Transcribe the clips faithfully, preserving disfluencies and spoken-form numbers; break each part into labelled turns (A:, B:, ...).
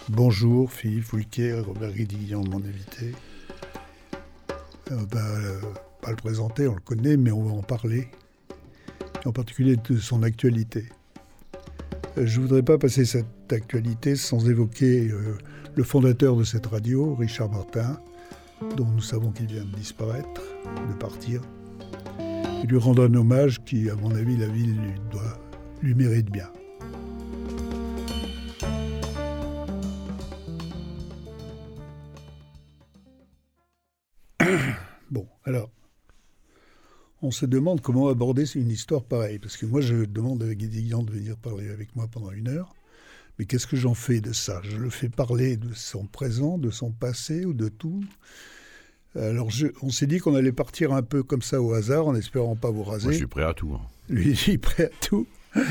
A: Bonjour, Philippe Foulquier, Robert Guédiguian, mon invité. Euh, ben, euh, pas le présenter, on le connaît, mais on va en parler. Et en particulier de son actualité. Euh, je ne voudrais pas passer cette actualité sans évoquer euh, le fondateur de cette radio, Richard Martin, dont nous savons qu'il vient de disparaître, de partir. Et lui rendre un hommage qui, à mon avis, la ville lui, doit, lui mérite bien. Bon, alors, on se demande comment aborder une histoire pareille. Parce que moi, je demande à Guédiguian de venir parler avec moi pendant une heure. Mais qu'est-ce que j'en fais de ça? Je le fais parler de son présent, de son passé ou de tout? Alors, je, on s'est dit qu'on allait partir un peu comme ça au hasard, en espérant pas vous raser.
B: Moi, je suis prêt à tout. Hein.
A: Lui, il est prêt à tout.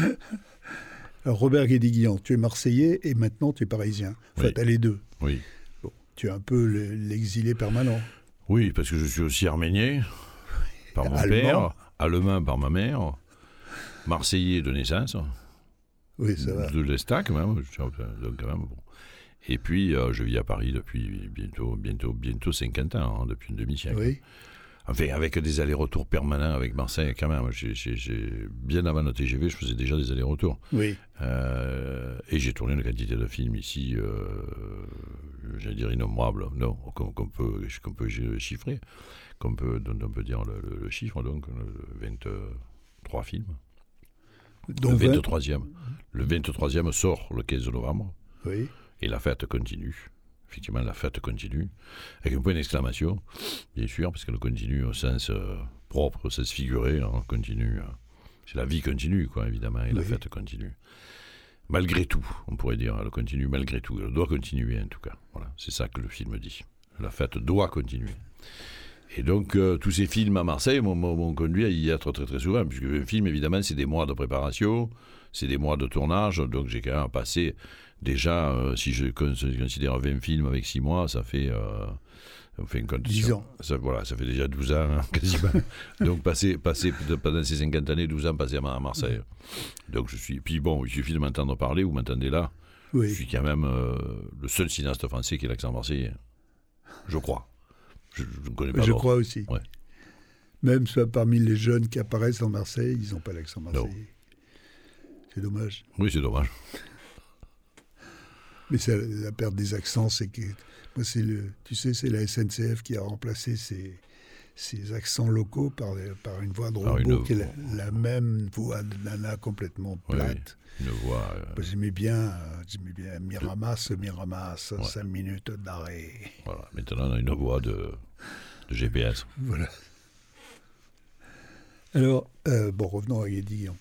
A: Alors, Robert Guédiguian, tu es Marseillais et maintenant tu es Parisien. Enfin,
B: Oui.
A: tu as les deux.
B: Oui.
A: Bon, tu es un peu le, l'exilé permanent.
B: Oui, parce que je suis aussi arménien, par mon
A: Allemand.
B: père, allemand par ma mère, marseillais de naissance,
A: Oui, ça va.
B: de l'Estac même, donc quand même, bon. Et puis, euh, je vis à Paris depuis bientôt, bientôt, bientôt cinquante ans, hein, depuis une demi-siècle.
A: Oui.
B: Enfin, avec des allers-retours permanents avec Marseille, quand même. J'ai, j'ai, j'ai, bien avant le T G V, je faisais déjà des allers-retours.
A: Oui.
B: Euh, et j'ai tourné une quantité de films ici, euh, j'allais dire innombrables, non, qu'on, qu'on, peut, qu'on peut chiffrer, qu'on peut, dont on peut dire le, le, le chiffre, donc, vingt-trois films.
A: Donc
B: le vingt-troisième. Le vingt-troisième sort le quinze novembre.
A: Oui.
B: Et la fête continue. Effectivement, la fête continue. Avec un point d'exclamation, bien sûr, parce qu'elle continue au sens euh, propre, au sens figuré. Hein, continue. Euh, c'est la vie continue, quoi, évidemment, et oui. La fête continue. Malgré tout, on pourrait dire, elle continue malgré tout. Elle doit continuer, en tout cas. Voilà, c'est ça que le film dit. La fête doit continuer. Et donc, euh, tous ces films à Marseille m'ont, m'ont conduit à y être très, très souvent, puisque un film, évidemment, c'est des mois de préparation, c'est des mois de tournage, donc j'ai quand même passé... Déjà, euh, si je considère vingt films avec six mois, ça fait... Euh, on fait une compte
A: dix ans.
B: Ça, voilà, ça fait déjà douze ans, hein, quasiment. Donc, passer, passer, pendant ces cinquante années, douze ans passés à Marseille. Donc, je suis... Puis bon, il suffit de m'entendre parler, vous m'entendez là.
A: Oui.
B: Je suis quand même euh, le seul cinéaste français qui a l'accent marseillais. Je crois. Je, je ne connais pas
A: Je
B: d'autres.
A: crois aussi.
B: Ouais.
A: Même soit parmi les jeunes qui apparaissent en Marseille, ils n'ont pas l'accent marseillais.
B: Non.
A: C'est dommage.
B: Oui, c'est dommage.
A: Mais c'est la perte des accents, c'est que moi c'est le, tu sais, c'est la S N C F qui a remplacé ces, ces accents locaux par, par une voix de robot une... qui est la, la même voix de nana complètement plate.
B: Oui, une voix. Euh...
A: Bah, j'aimais bien, j'aimais bien Miramas, Miramas, ouais. cinq minutes d'arrêt.
B: Voilà. Maintenant on a une voix de, de G P S.
A: Voilà. Alors euh, bon, revenons à Guédiguian.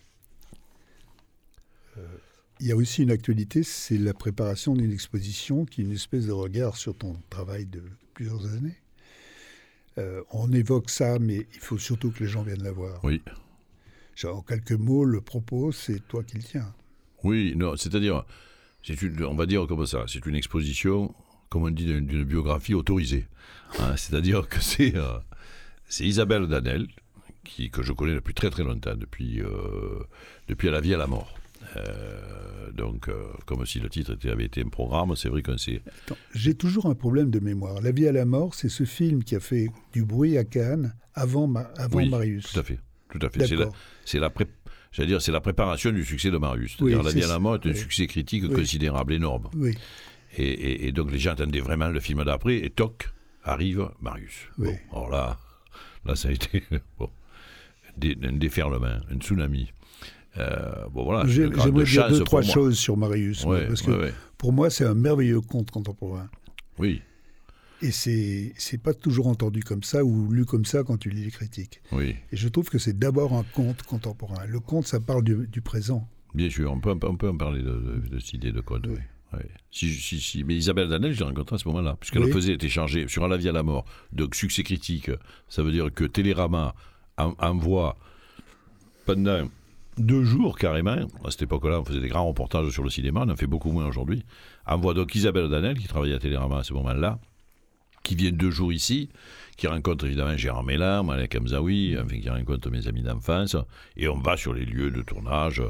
A: Euh, Il y a aussi une actualité, c'est la préparation d'une exposition qui est une espèce de regard sur ton travail de plusieurs années. Euh, on évoque ça, mais il faut surtout que les gens viennent la voir.
B: Oui.
A: Genre, en quelques mots, le propos, c'est toi qui le tiens.
B: Oui, non, c'est-à-dire, c'est une, on va dire comme ça, c'est une exposition, comme on dit, d'une, d'une biographie autorisée. Hein, c'est-à-dire que c'est, euh, c'est Isabelle Danel, qui, que je connais depuis très très longtemps, depuis, euh, depuis À la vie à la mort. Euh, donc, euh, comme si le titre était, avait été un programme, c'est vrai qu'on s'est...
A: Attends, j'ai toujours un problème de mémoire. La vie à la mort, c'est ce film qui a fait du bruit à Cannes avant, Ma- avant
B: oui,
A: Marius.
B: Tout à fait, tout à fait. C'est la, c'est, la pré... J'allais dire, c'est la préparation du succès de Marius. C'est-à-dire, oui, La vie à la mort est un oui. succès critique oui. considérable, énorme.
A: Oui.
B: Et, et, et donc, les gens attendaient vraiment le film d'après, et toc, arrive Marius.
A: Oui.
B: Bon, alors là, là, ça a été bon, un déferlement, un tsunami. Euh, bon, voilà,
A: J'ai, j'aimerais dire deux, trois
B: moi.
A: choses sur Marius.
B: Ouais,
A: parce que
B: ouais, ouais.
A: pour moi, c'est un merveilleux conte contemporain.
B: Oui.
A: Et c'est, c'est pas toujours entendu comme ça ou lu comme ça quand tu lis les critiques.
B: Oui.
A: Et je trouve que c'est d'abord un conte contemporain. Le conte, ça parle du, du présent.
B: Bien sûr, on peut, on peut en parler de, de, de cette idée de conte. Oui. Oui. Si, si, si. Mais Isabelle Danel, je l'ai rencontrée à ce moment-là, puisqu'elle oui. faisait, était chargée sur À la vie à la mort. Donc, succès critique, ça veut dire que Télérama en, envoie pendant deux jours carrément, à cette époque-là, on faisait des grands reportages sur le cinéma, on en fait beaucoup moins aujourd'hui. Envoie donc Isabelle Danel, qui travaillait à Télérama à ce moment-là, qui vient deux jours ici, qui rencontre évidemment Gérard Mélin, Malek Hamzaoui, enfin, qui rencontre mes amis d'enfance, et on va sur les lieux de tournage.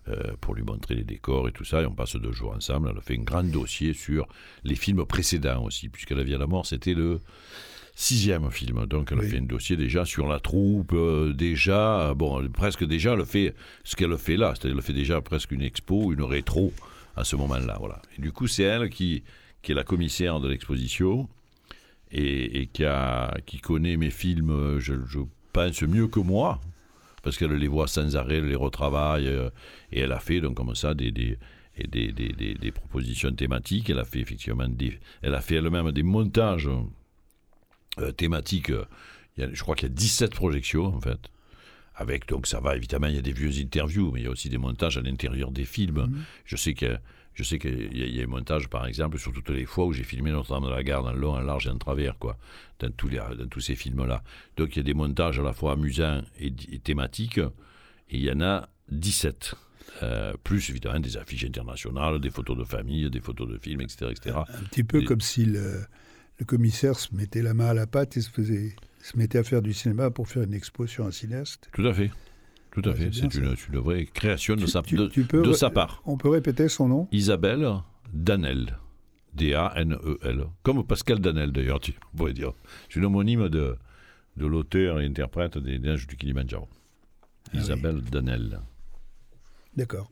B: euh, pour lui montrer les décors et tout ça, et on passe deux jours ensemble. Elle a fait un grand dossier sur les films précédents aussi, puisque La vie à la mort, c'était le sixième film, donc elle oui. a fait un dossier déjà sur la troupe, euh, déjà, bon, presque déjà, elle fait ce qu'elle fait là, c'est-à-dire elle fait déjà presque une expo, une rétro à ce moment-là, voilà. Et du coup, c'est elle qui, qui est la commissaire de l'exposition et, et qui, a, qui connaît mes films, je, je pense, mieux que moi, parce qu'elle les voit sans arrêt, elle les retravaille, euh, et elle a fait donc comme ça des... des et des, des, des, des propositions thématiques, elle a fait effectivement des, elle a fait elle-même des montages Euh, thématique, euh, il y a, je crois qu'il y a dix-sept projections en fait, avec, donc ça va évidemment, il y a des vieux interviews, mais il y a aussi des montages à l'intérieur des films. Mmh. Je sais que je sais qu'il y, y a un montage par exemple sur toutes les fois où j'ai filmé Notre-Dame de la Garde en long, en large et en travers, quoi, dans tous, les, dans tous ces films-là. Donc il y a des montages à la fois amusants et, et thématiques, et il y en a dix-sept. Euh, plus évidemment des affiches internationales, des photos de famille, des photos de films, et cetera et cetera.
A: Un, un petit peu et, comme si le... Le commissaire se mettait la main à la pâte et se, faisait, se mettait à faire du cinéma pour faire une expo sur un cinéaste.
B: Tout à fait. Tout à ouais, fait. C'est, c'est une, une vraie création de, tu, sa,
A: tu,
B: de,
A: tu peux,
B: de sa part.
A: On peut répéter son nom ?
B: Isabelle Danel. D A N E L. Comme Pascal Danel, d'ailleurs, tu pourrais dire. C'est une homonyme de, de l'auteur et interprète des Neiges du Kilimandjaro. Ah Isabelle oui. Danel.
A: D'accord.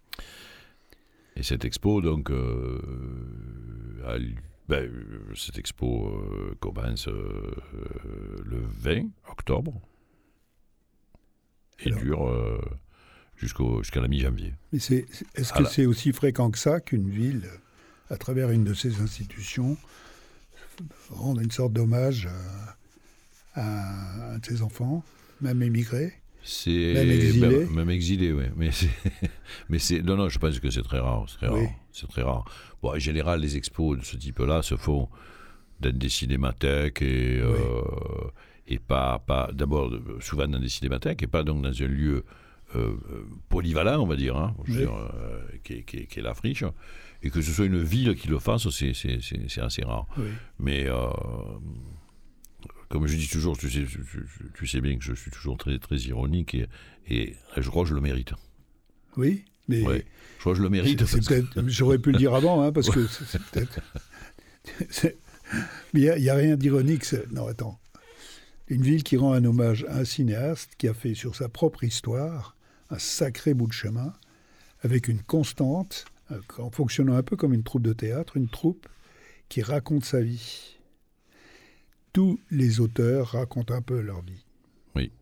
B: Et cette expo, donc, euh, a Ben, cette expo euh, commence euh, le vingt octobre et Alors, dure euh, jusqu'au, jusqu'à la mi-janvier.
A: Mais c'est, est-ce que la... c'est aussi fréquent que ça qu'une ville, à travers une de ses institutions, rende une sorte d'hommage à, à un de ses enfants, même émigré ?
B: C'est
A: même exilé,
B: ben, même exilé, oui. Mais c'est, mais c'est, non, non, je pense que c'est très rare, c'est très oui. rare, c'est très rare. Bon, en général, les expos de ce type-là se font dans des cinémathèques et oui. euh, et pas, pas, d'abord souvent dans des cinémathèques et pas donc dans un lieu euh, polyvalent, on va dire, hein, je oui. veux dire euh, qui, est, qui, est, qui est la friche, et que ce soit une ville qui le fasse, c'est, c'est, c'est, c'est assez rare. Oui. Mais euh, comme je dis toujours, tu sais, tu, tu, tu sais bien que je suis toujours très, très ironique et, et je crois que je le mérite.
A: Oui, mais...
B: Ouais, je crois que je le mérite.
A: C'est, c'est peut-être, j'aurais pu le dire avant, hein, parce que c'est, c'est peut-être... C'est, mais il n'y a, a rien d'ironique. C'est, non, attends. Une ville qui rend un hommage à un cinéaste qui a fait sur sa propre histoire un sacré bout de chemin, avec une constante, en fonctionnant un peu comme une troupe de théâtre, une troupe qui raconte sa vie. Tous les auteurs racontent un peu leur vie.
B: Oui.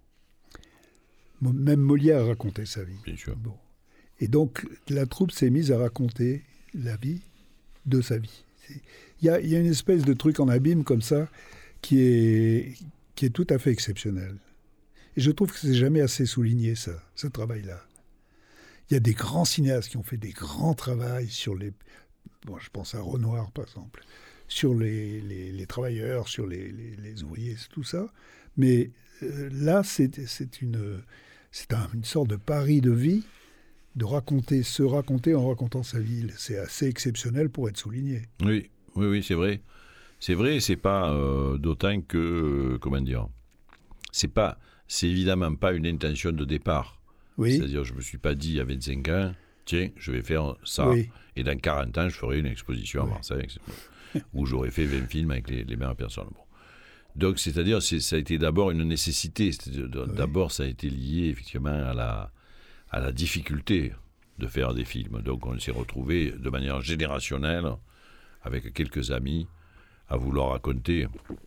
A: Même Molière racontait sa vie.
B: Bien sûr.
A: Bon. Et donc, la troupe s'est mise à raconter la vie de sa vie. Il y a, y a une espèce de truc en abîme comme ça qui est, qui est tout à fait exceptionnel. Et je trouve que c'est jamais assez souligné, ça, ce travail-là. Il y a des grands cinéastes qui ont fait des grands travaux sur les... Bon, je pense à Renoir, par exemple. Sur les, les, les travailleurs, sur les, les, les ouvriers, tout ça. Mais euh, là, c'est, c'est, une, c'est un, une sorte de pari de vie, de raconter, se raconter en racontant sa vie. C'est assez exceptionnel pour être souligné.
B: Oui, oui, oui, c'est vrai. C'est vrai, c'est pas euh, d'autant que, euh, comment dire, c'est pas, c'est évidemment pas une intention de départ.
A: Oui.
B: C'est-à-dire, je me suis pas dit à vingt-cinq ans, tiens, je vais faire ça,
A: oui.
B: et dans quarante ans, je ferai une exposition oui. à Marseille, et cetera où j'aurais fait vingt films avec les, les mêmes personnes. Bon. Donc, c'est-à-dire, c'est, ça a été d'abord une nécessité. C'est-à-dire, oui. D'abord, ça a été lié, effectivement, à la, à la difficulté de faire des films. Donc, on s'est retrouvés de manière générationnelle, avec quelques amis, à vouloir raconter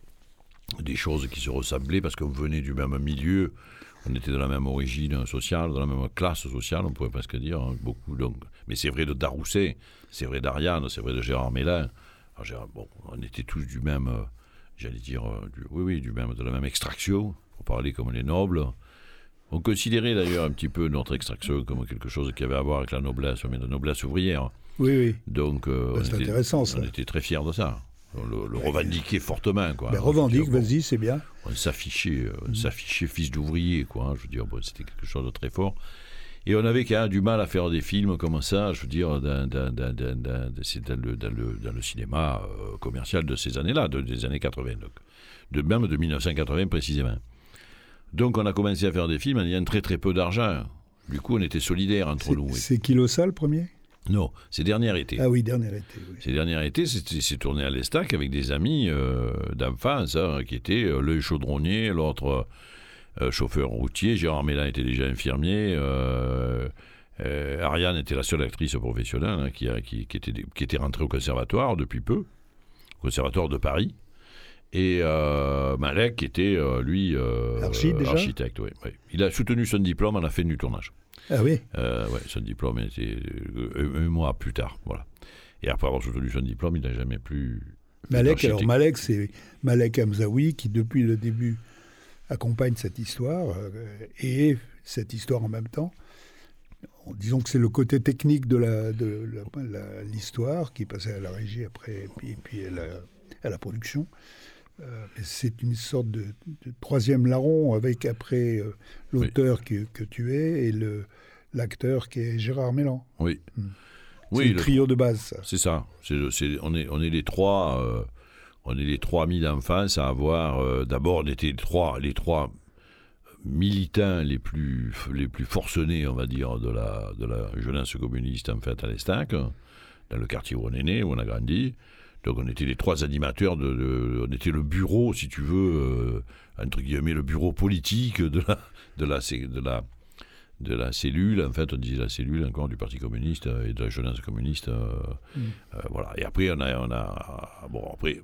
B: des choses qui se ressemblaient, parce qu'on venait du même milieu, on était de la même origine sociale, de la même classe sociale, on pourrait presque dire, hein, beaucoup. Donc. Mais c'est vrai de Darousset, c'est vrai d'Ariane, c'est vrai de Gérard Mélin. Alors, Gérard, bon, on était tous du même, euh, j'allais dire, euh, du, oui, oui, du même, de la même extraction, pour parler comme les nobles. On considérait d'ailleurs un petit peu notre extraction comme quelque chose qui avait à voir avec la noblesse, mais la noblesse ouvrière.
A: Oui, oui.
B: Donc, euh,
A: ben,
B: on,
A: c'est
B: était,
A: intéressant, ça.
B: On était très fiers de ça. On le, le revendiquait fortement, quoi.
A: Ben, revendique, bon, vas-y, c'est bien.
B: On s'affichait, on mmh. s'affichait fils d'ouvrier, quoi. Hein, je veux dire, bon, c'était quelque chose de très fort. Et on avait quand même du mal à faire des films comme ça, je veux dire, dans, dans, dans, dans, dans, dans, le, dans, le, dans le cinéma euh, commercial de ces années-là, de, des années quatre-vingts, donc, de, même de dix-neuf cent quatre-vingts précisément. Donc on a commencé à faire des films en ayant très très peu d'argent. Du coup, on était solidaires entre
A: c'est,
B: nous. Oui.
A: C'est Kilosa, le premier ?
B: Non, c'est dernier été.
A: Ah oui, dernier été. Oui.
B: C'est dernier été, c'est, c'est tourné à l'Estac avec des amis euh, d'enfance hein, qui étaient euh, l'un chaudronnier, l'autre euh, chauffeur routier. Gérard Mélin était déjà infirmier. Euh, euh, Ariane était la seule actrice professionnelle hein, qui, a, qui, qui, était, qui était rentrée au conservatoire depuis peu, au conservatoire de Paris. Et euh, Malek qui était, euh, lui, euh,
A: Archi, déjà
B: architecte. Oui, oui. Il a soutenu son diplôme à la fin du tournage.
A: Ah oui
B: euh, ouais, son diplôme était un, un mois plus tard. Voilà. Et après avoir soutenu son diplôme, il n'a jamais plus...
A: Malek, alors Malek, c'est Malek Hamzaoui qui, depuis le début, accompagne cette histoire euh, et cette histoire en même temps. Disons que c'est le côté technique de, la, de la, la, l'histoire qui passait à la régie après, et puis, et puis à, la, à la production. Euh, c'est une sorte de, de troisième larron avec après euh, l'auteur oui. que, que tu es et le, l'acteur qui est Gérard Mélin.
B: Oui.
A: Mmh.
B: C'est
A: oui, le trio de base. Ça.
B: C'est ça. C'est, c'est, on, est, on est les trois, euh, on est les trois amis d'enfance à avoir. Euh, d'abord, on était les trois, les trois militants les plus, les plus forcenés, on va dire, de la, de la jeunesse communiste en fait à l'Estac, dans le quartier où on est né, où on a grandi. Donc on était les trois animateurs, de, de, on était le bureau, si tu veux, euh, entre guillemets, le bureau politique de la, de la, de la, de la cellule, en fait, on disait la cellule encore du Parti communiste et de la jeunesse communiste. Euh, mmh. euh, voilà. Et après, on a, on a, bon, après,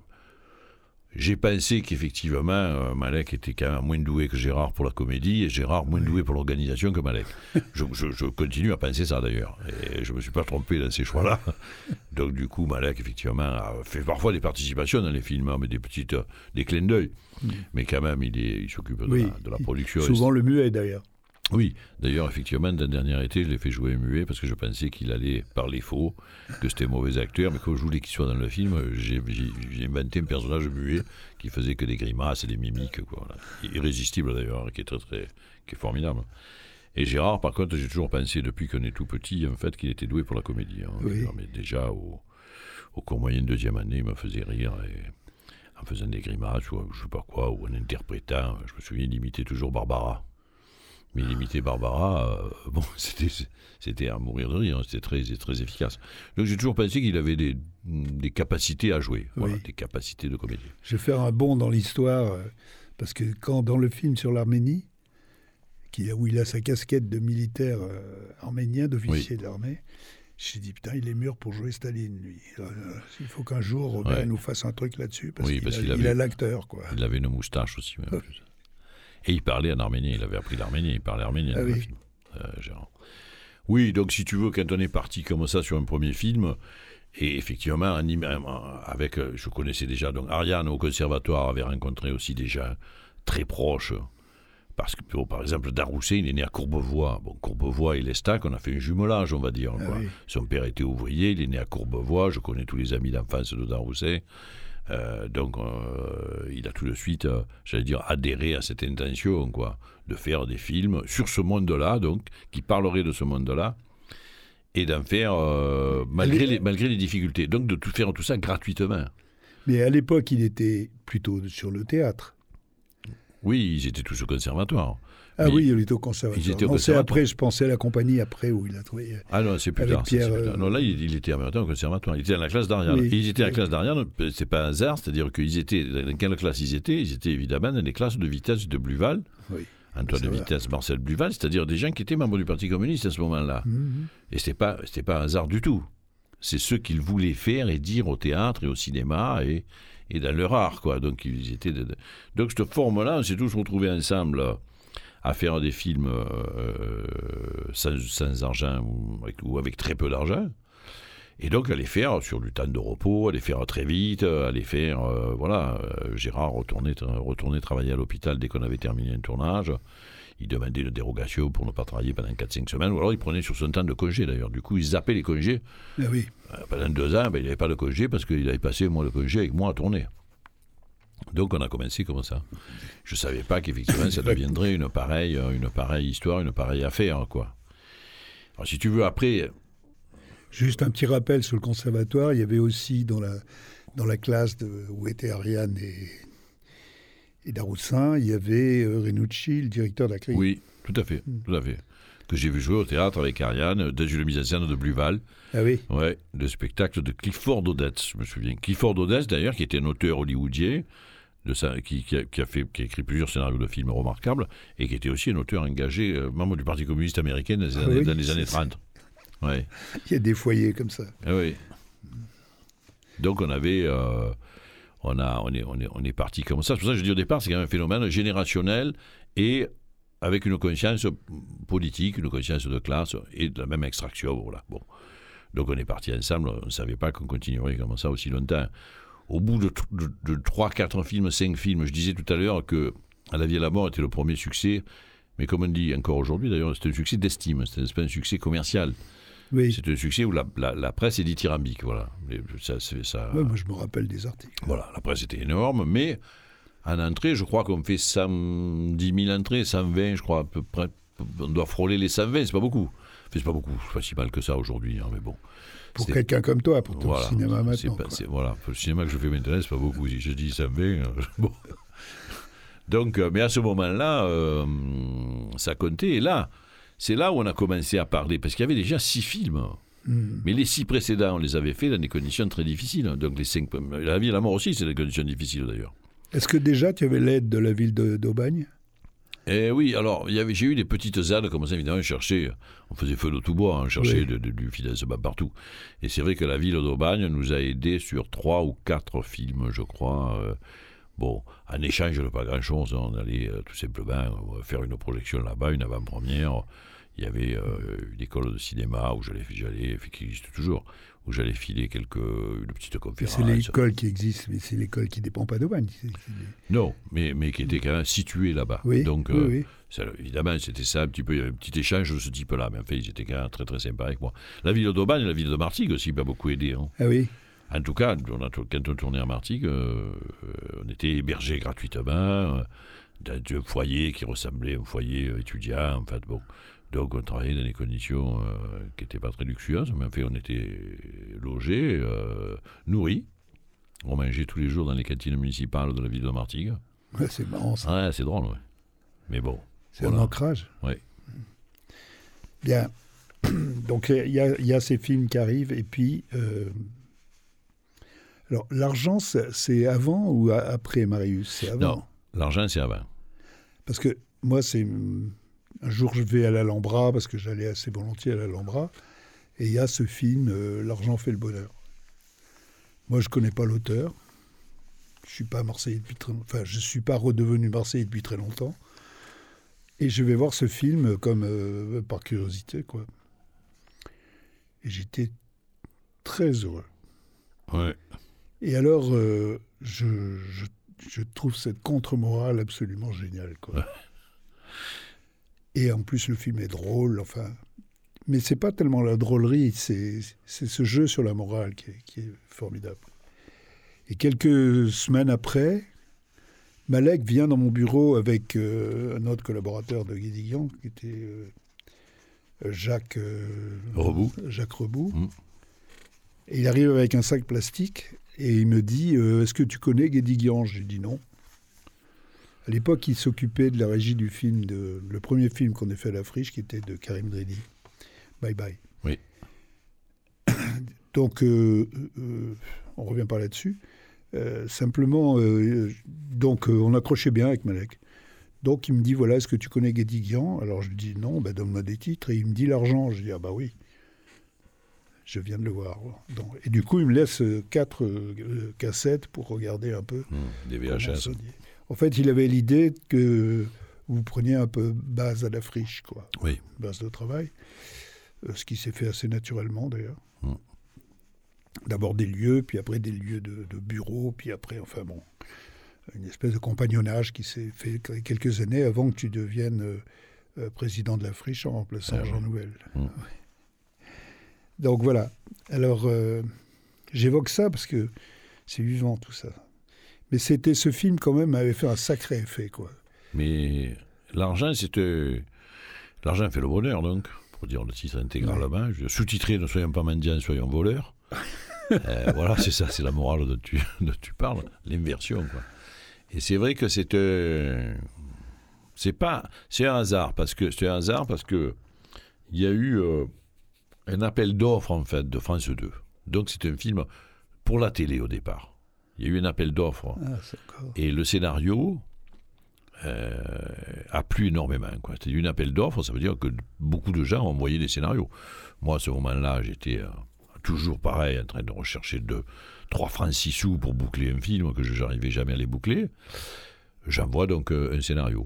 B: j'ai pensé qu'effectivement, euh, Malek était quand même moins doué que Gérard pour la comédie et Gérard moins oui. doué pour l'organisation que Malek. je, je, je continue à penser ça d'ailleurs. Et je ne me suis pas trompé dans ces choix-là. Donc du coup, Malek, effectivement, a fait parfois des participations dans les films, mais des petites, des clins d'œil. Oui. Mais quand même, il, est, il s'occupe de, oui. la, de la production.
A: Souvent le muet d'ailleurs.
B: Oui, d'ailleurs, effectivement, dans le dernier été, je l'ai fait jouer muet parce que je pensais qu'il allait parler faux, que c'était un mauvais acteur, mais quand je voulais qu'il soit dans le film, j'ai, j'ai, j'ai inventé un personnage muet qui faisait que des grimaces et des mimiques, quoi. Voilà. Irrésistible d'ailleurs, qui est très, très, qui est formidable. Et Gérard, par contre, j'ai toujours pensé depuis qu'on est tout petit, en fait, qu'il était doué pour la comédie. Hein. Oui. Mais déjà, au, au cours moyen de deuxième année, il me faisait rire et, en faisant des grimaces ou je sais pas quoi, ou en interprétant. Je me souviens, il imitait toujours Barbara. Mais l'imiter Barbara, euh, bon, c'était, c'était à mourir de rire, c'était très, très efficace. Donc j'ai toujours pensé qu'il avait des, des capacités à jouer, voilà, oui. des capacités de comédie.
A: Je vais faire un bond dans l'histoire, euh, parce que quand dans le film sur l'Arménie, qui, où il a sa casquette de militaire euh, arménien, d'officier oui. de l'armée, j'ai dit, putain, il est mûr pour jouer Staline, lui. Euh, il faut qu'un jour, Robert ouais. nous fasse un truc là-dessus, parce, oui, qu'il parce a, qu'il avait, il a l'acteur, quoi.
B: Il avait une moustache aussi, même. Et il parlait en arménien, il avait appris l'arménien, il parlait arménien
A: ah
B: dans
A: oui.
B: le film, euh, Gérard. Oui, donc si tu veux, quand on est parti comme ça sur un premier film, et effectivement, avec, je connaissais déjà, donc Ariane au conservatoire avait rencontré aussi des gens très proches, parce que bon, par exemple, Darousset, il est né à Courbevoie. Bon, Courbevoie et l'Estac, on a fait un jumelage, on va dire. Ah quoi. Oui. Son père était ouvrier, il est né à Courbevoie, je connais tous les amis d'enfance de Darousset. Euh, donc, euh, il a tout de suite, euh, j'allais dire, adhéré à cette intention, quoi, de faire des films sur ce monde-là, donc, qui parlerait de ce monde-là, et d'en faire euh, malgré, les, malgré les difficultés. Donc, de tout faire tout ça gratuitement.
A: Mais à l'époque, il était plutôt sur le théâtre.
B: Oui, ils étaient tous au conservatoire.
A: Ah mais oui, il était au conservatoire.
B: Ils étaient au
A: non,
B: conservatoire.
A: C'est après, je pensais à la compagnie après où il a trouvé.
B: Ah non, c'est plus
A: avec
B: tard.
A: Pierre,
B: ça, c'est plus tard.
A: euh...
B: Non, là, il, il était en même temps au conservatoire. Il était dans la classe d'Ariane.
A: Oui,
B: Et ils étaient
A: oui.
B: dans la classe d'Ariane, c'est pas un hasard, c'est-à-dire qu'ils étaient. Dans quelle classe ils étaient ? Ils étaient évidemment dans les classes de vitesse de Bluval.
A: Oui.
B: Antoine de Vitesse, Marcel Bluval, c'est-à-dire des gens qui étaient membres du Parti communiste à ce moment-là. Mm-hmm. Et c'était pas, c'était pas un hasard du tout. C'est ce qu'ils voulaient faire et dire au théâtre et au cinéma et, et dans leur art, quoi. Donc, ils étaient de... Donc, cette forme-là, on s'est tous retrouvés ensemble à faire des films euh, sans, sans argent ou avec, ou avec très peu d'argent. Et donc, à les faire sur du temps de repos, à les faire très vite, à les faire... Euh, voilà, euh, Gérard retournait, retournait travailler à l'hôpital dès qu'on avait terminé un tournage. Il demandait une dérogation pour ne pas travailler pendant quatre cinq semaines, ou alors il prenait sur son temps de congé, d'ailleurs. Du coup, ils zappaient les congés.
A: Ah oui.
B: Euh, pendant deux ans, ben, il n'avait pas de congé parce qu'il avait passé un mois de congé avec moi à tourner. Donc, on a commencé comme ça. Je ne savais pas qu'effectivement, ça deviendrait une pareille, une pareille histoire, une pareille affaire, quoi. Alors, si tu veux, après...
A: Juste un petit rappel sur le conservatoire, il y avait aussi dans la, dans la classe de, où étaient Ariane et, et Daroussin, il y avait euh, Renucci, le directeur d'accueil.
B: Oui, tout à fait, tout à fait. que j'ai vu jouer au théâtre avec Ariane, dans une mise en scène de Bluval.
A: Ah oui.
B: Ouais, le spectacle de Clifford Odets, je me souviens. Clifford Odets, d'ailleurs, qui était un auteur hollywoodien, de ça, qui, qui, a, qui, a fait, qui a écrit plusieurs scénarios de films remarquables, et qui était aussi un auteur engagé, euh, membre du Parti communiste américain dans les, ah années, oui, dans les années trente. Ouais.
A: Il y a des foyers comme ça.
B: Ah oui. Donc on avait... Euh, on, a, on, est, on, est, on est parti comme ça. C'est pour ça que je dis au départ, c'est quand même un phénomène générationnel et avec une conscience politique, une conscience de classe et de la même extraction. Voilà. Bon. Donc on est partis ensemble, on ne savait pas qu'on continuerait comme ça aussi longtemps. Au bout de, de, de trois, quatre films, cinq films, je disais tout à l'heure que À la vie et la mort était le premier succès, mais comme on dit encore aujourd'hui d'ailleurs, c'était un succès d'estime, c'était pas un succès commercial. Oui. C'est un succès où la, la, la presse est dithyrambique, voilà. Ça, ça...
A: Ouais, moi je me rappelle des articles.
B: Voilà, la presse était énorme, mais en entrée, je crois qu'on fait cent dix mille entrées, cent vingt, je crois à peu près, on doit frôler les cent vingt, c'est pas beaucoup. Enfin, c'est pas beaucoup, c'est pas si mal que ça aujourd'hui, hein, mais bon.
A: Pour c'est... quelqu'un comme toi, pour ton
B: voilà,
A: cinéma maintenant.
B: C'est pas, c'est, voilà, pour le cinéma que je fais maintenant, c'est pas beaucoup. Si je dis cent vingt, euh, bon. Donc, euh, mais à ce moment-là, euh, ça comptait. Et là, c'est là où on a commencé à parler, parce qu'il y avait déjà six films. Mm. Mais les six précédents, on les avait faits dans des conditions très difficiles. Donc, les cinq, La vie et la mort aussi, c'est des conditions difficiles d'ailleurs.
A: Est-ce que déjà tu avais l'aide de la ville de, d'Aubagne ?
B: Eh oui, alors il y avait, j'ai eu des petites aides comme ça, évidemment, on cherchait, on faisait feu de tout bois, on cherchait oui. de, de, du financement partout. Et c'est vrai que la ville d'Aubagne nous a aidés sur trois ou quatre films, je crois. Euh, bon, en échange de pas grand-chose, on allait euh, tout simplement faire une projection là-bas, une avant-première. Il y avait euh, une école de cinéma où j'allais, j'allais, qui existe toujours, où j'allais filer quelques, une petite conférence.
A: C'est l'école qui existe, mais c'est l'école qui ne dépend pas d'Aubagne. C'est, c'est les...
B: Non, mais, mais qui était quand même située là-bas.
A: Oui,
B: donc,
A: oui,
B: euh,
A: oui.
B: Ça, évidemment, c'était ça, un petit peu, il y avait un petit échange de ce type-là, mais en fait, ils étaient quand même très très sympas avec moi. La ville d'Aubagne et la ville de Martigues aussi m'a beaucoup aidé. Hein.
A: Ah oui.
B: En tout cas, on a, quand on tournait à Martigues, euh, on était hébergés gratuitement euh, dans un foyer qui ressemblait à un foyer étudiant, en fait, bon. Donc on travaillait dans des conditions euh, qui n'étaient pas très luxueuses, mais en fait on était logés, euh, nourris. On mangeait tous les jours dans les cantines municipales de la ville de Martigues.
A: Ouais, c'est marrant ça.
B: Ouais, c'est drôle, ouais. Mais bon.
A: C'est voilà. Un ancrage.
B: Oui.
A: Bien. Donc il y, y a ces films qui arrivent, et puis... Euh... Alors l'argent, c'est, c'est avant ou après Marius ? C'est avant.
B: Non, l'argent c'est avant.
A: Parce que moi, c'est... Un jour, je vais à l'Alhambra, parce que j'allais assez volontiers à l'Alhambra, et il y a ce film, euh, L'argent fait le bonheur. Moi, je ne connais pas l'auteur. Je ne suis pas Marseillais depuis très... Enfin, je ne suis pas redevenu Marseillais depuis très longtemps. Et je vais voir ce film comme euh, par curiosité, quoi. Et j'étais très heureux.
B: Ouais.
A: Et alors, euh, je, je, je trouve cette contre-morale absolument géniale, quoi. Ouais. Et en plus, le film est drôle, enfin... Mais c'est pas tellement la drôlerie, c'est, c'est ce jeu sur la morale qui est, qui est formidable. Et quelques semaines après, Malek vient dans mon bureau avec euh, un autre collaborateur de Guédiguian, qui était euh, Jacques... Euh,
B: Rebout.
A: Jacques Rebout. Mmh. Et il arrive avec un sac plastique, et il me dit euh, « Est-ce que tu connais Guédiguian ?» Je lui dis « Non ». À l'époque, il s'occupait de la régie du film, de, le premier film qu'on ait fait à la Friche, qui était de Karim Dridi. Bye Bye.
B: Oui.
A: Donc, euh, euh, on ne revient pas là-dessus. Euh, simplement, euh, donc, euh, on accrochait bien avec Malek. Donc, il me dit, voilà, est-ce que tu connais Guédiguian ? Alors, je lui dis, non, ben, donne-moi des titres. Et il me dit l'argent. Je dis, ah bah oui. Je viens de le voir. Donc, et du coup, il me laisse quatre euh, cassettes pour regarder un peu.
B: Mmh, des V H S.
A: En fait, il avait l'idée que vous preniez un peu base à la friche, quoi.
B: Oui.
A: Base de travail. Euh, ce qui s'est fait assez naturellement, d'ailleurs.
B: Mmh.
A: D'abord des lieux, puis après des lieux de, de bureaux, puis après, enfin bon, une espèce de compagnonnage qui s'est fait quelques années avant que tu deviennes euh, euh, président de la friche en remplaçant ah, Jean oui. Nouvel. Mmh. Ouais. Donc voilà. Alors, euh, j'évoque ça parce que c'est vivant, tout ça. Mais c'était ce film, quand même, avait fait un sacré effet, quoi.
B: Mais l'argent, c'était... L'argent fait le bonheur, donc, pour dire le titre intégralement. Ouais. Sous-titré, ne soyons pas mendiants, soyons voleurs. euh, voilà, c'est ça, c'est la morale dont tu, dont tu parles, l'inversion, quoi. Et c'est vrai que c'est... Euh, c'est pas... C'est un hasard, parce que... C'est un hasard parce que... il y a eu euh, un appel d'offres, en fait, de France deux. Donc, c'est un film pour la télé, au départ. Il y a eu un appel d'offres.
A: Ah, d'accord.
B: Et le scénario euh, a plu énormément, quoi. C'est un appel d'offres, ça veut dire que beaucoup de gens ont envoyé des scénarios. Moi, à ce moment-là, j'étais euh, toujours pareil, en train de rechercher deux, trois francs six sous pour boucler un film, que je n'arrivais jamais à les boucler. J'envoie donc euh, un scénario.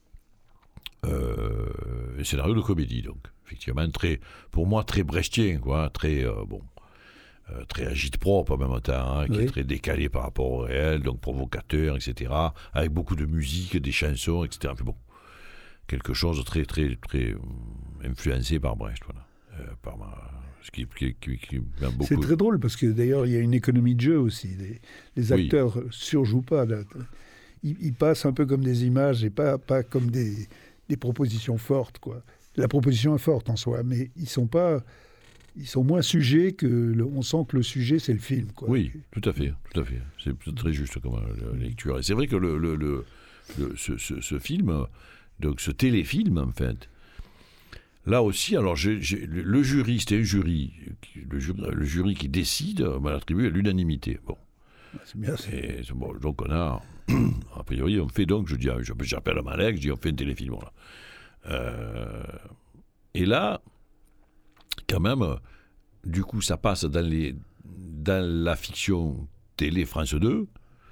B: Euh, un scénario de comédie, donc. Effectivement, très, pour moi, très brechtien, quoi. Très, euh, bon... Euh, très agite-propre en même temps, hein, qui
A: oui.
B: est très décalé par rapport au réel, donc provocateur, et cetera, avec beaucoup de musique, des chansons, et cetera. Enfin bon, quelque chose de très, très, très euh, influencé par Brecht, voilà. Euh, par ma, ce qui, qui, qui, qui m'a beaucoup...
A: C'est très drôle parce que d'ailleurs, il y a une économie de jeu aussi. Les, les acteurs oui. surjouent pas. Là. Ils, ils passent un peu comme des images et pas, pas comme des, des propositions fortes, quoi. La proposition est forte en soi, mais ils sont pas... Ils sont moins sujets que... Le, on sent que le sujet, c'est le film, quoi.
B: Oui, tout à fait, tout à fait. C'est très juste comme euh, lecture. Et c'est vrai que le, le, le, le, ce, ce, ce film, donc ce téléfilm, en fait, là aussi, alors, j'ai, j'ai, le jury, c'était un jury, le jury, le jury qui décide, m'a attribué à l'unanimité. Bon.
A: C'est bien ça.
B: Et, bon, donc on a, a priori, on fait donc, je dis, j'appelle à Malek, je dis, on fait un téléfilm, là. Euh, et là... Quand même, du coup, ça passe dans, les, dans la fiction télé France deux.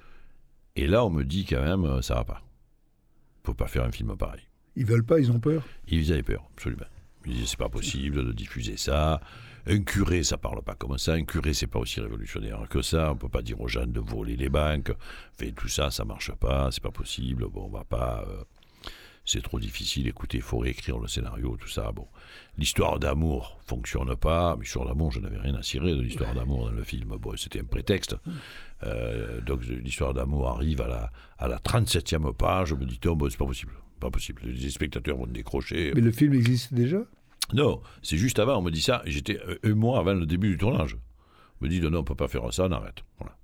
B: Et là, on me dit quand même, ça va pas. Il faut pas faire un film pareil.
A: Ils veulent pas, ils ont peur.
B: Ils avaient peur, absolument. Ils disaient, c'est pas possible de diffuser ça. Un curé, ça parle pas comme ça. Un curé, c'est pas aussi révolutionnaire que ça. On peut pas dire aux gens de voler les banques. Fait tout ça, ça marche pas. C'est pas possible. Bon, on va pas... Euh... C'est trop difficile, écoutez, il faut réécrire le scénario, tout ça. Bon, l'histoire d'amour fonctionne pas. L'histoire d'amour, je n'avais rien à cirer de l'histoire d'amour dans le film. Bon, c'était un prétexte. Euh, donc l'histoire d'amour arrive à la, à la trente-septième page. Je me dis, oh, bon, c'est pas possible. Pas possible. Les spectateurs vont décrocher.
A: Mais le film existe déjà ?
B: Non, c'est juste avant, on me dit ça. J'étais un mois avant le début du tournage. On me dit, non, non, on ne peut pas faire ça, on arrête. Voilà.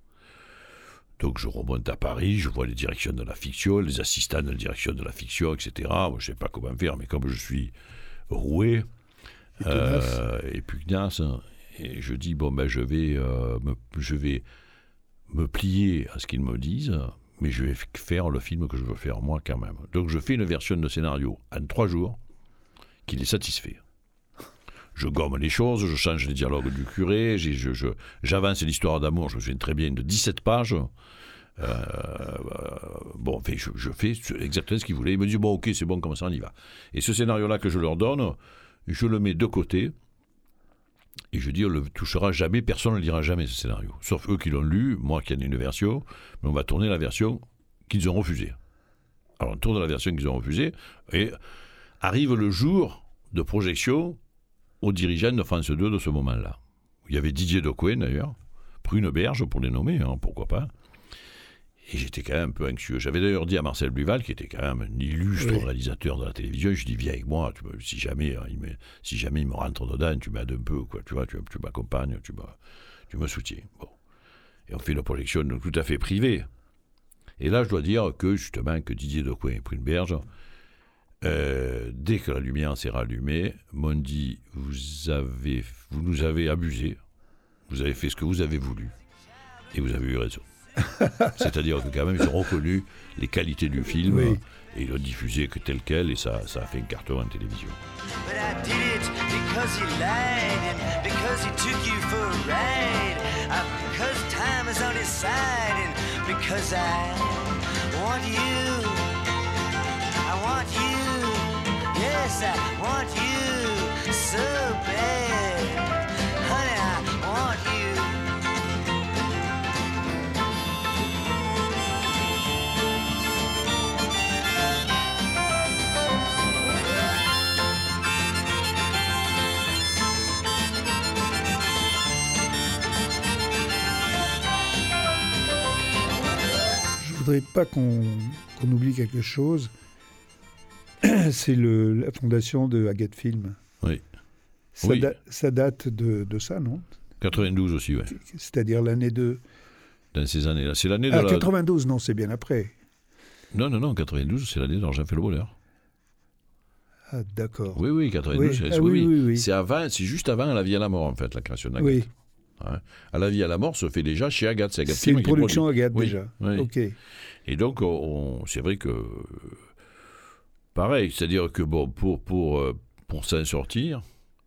B: Donc je remonte à Paris, je vois les directions de la fiction, les assistants de la direction de la fiction, et cetera. Moi, je ne sais pas comment faire, mais comme je suis roué et, euh, et pugnace, et je dis, bon, ben, je vais, euh, me, je vais me plier à ce qu'ils me disent, mais je vais faire le film que je veux faire moi quand même. Donc je fais une version de scénario en trois jours qui les satisfait. Je gomme les choses, je change les dialogues du curé, je, je, je, j'avance l'histoire d'amour, je me souviens très bien, de dix-sept pages. Euh, euh, bon, fait, je, je fais exactement ce qu'ils voulaient. Ils me disent, bon, ok, c'est bon, comme ça, on y va. Et ce scénario-là que je leur donne, je le mets de côté, et je dis, on ne le touchera jamais, personne ne lira jamais ce scénario. Sauf eux qui l'ont lu, moi qui en ai une version, mais on va tourner la version qu'ils ont refusée. Alors, on tourne la version qu'ils ont refusée, et arrive le jour de projection aux dirigeants de France deux de ce moment-là. Il y avait Didier Decoing, d'ailleurs, Prune Berge, pour les nommer, hein, pourquoi pas. Et j'étais quand même un peu anxieux. J'avais d'ailleurs dit à Marcel Buval, qui était quand même un illustre oui. réalisateur de la télévision, je dis, viens avec moi, tu me, si, jamais, il me, si jamais il me rentre dedans, tu m'aides un peu, quoi, tu vois, tu, tu m'accompagnes, tu me, tu me soutiens. Bon. Et on fait une projection tout à fait privée. Et là, je dois dire que, justement, que Didier Decoing et Prune Berge, Euh, dès que la lumière s'est rallumée, m'ont dit, vous, avez, vous nous avez abusé, vous avez fait ce que vous avez voulu, et vous avez eu raison. C'est-à-dire que quand même, ils ont reconnu les qualités du film, oui. et ils l'ont diffusé que tel quel, et ça, ça a fait un carton en télévision. But I did it because he lied, and because he took you for a ride, and because time is on his side, and because I want you, I want you. Yes, I want you so bad. Honey, I want you.
A: Je voudrais pas qu'on, qu'on oublie quelque chose. C'est le, la fondation de Agathe Film.
B: Oui.
A: Ça, oui. Da, ça date de, de ça, non ?
B: quatre-vingt-douze aussi, oui.
A: C'est-à-dire l'année de...
B: Dans ces années-là. C'est l'année de
A: ah,
B: la...
A: quatre-vingt-douze, non, c'est bien après.
B: Non, non, non, quatre-vingt-douze, c'est l'année d'Argent fait le bonheur.
A: Ah, d'accord.
B: Oui, oui, quatre-vingt-douze.
A: Oui.
B: C'est,
A: Ah,
B: oui,
A: oui,
B: oui.
A: oui, oui.
B: C'est, avant, c'est juste avant À la vie à la mort, en fait, la création d'Agathe.
A: Oui.
B: Hein. À la vie à la mort se fait déjà chez Agathe. C'est, Agathe
A: C'est une
B: qui produit.
A: production Agathe,
B: Oui,
A: déjà.
B: oui.
A: Ok.
B: Et donc, on, c'est vrai que... Pareil, c'est-à-dire que bon, pour, pour, pour s'en sortir,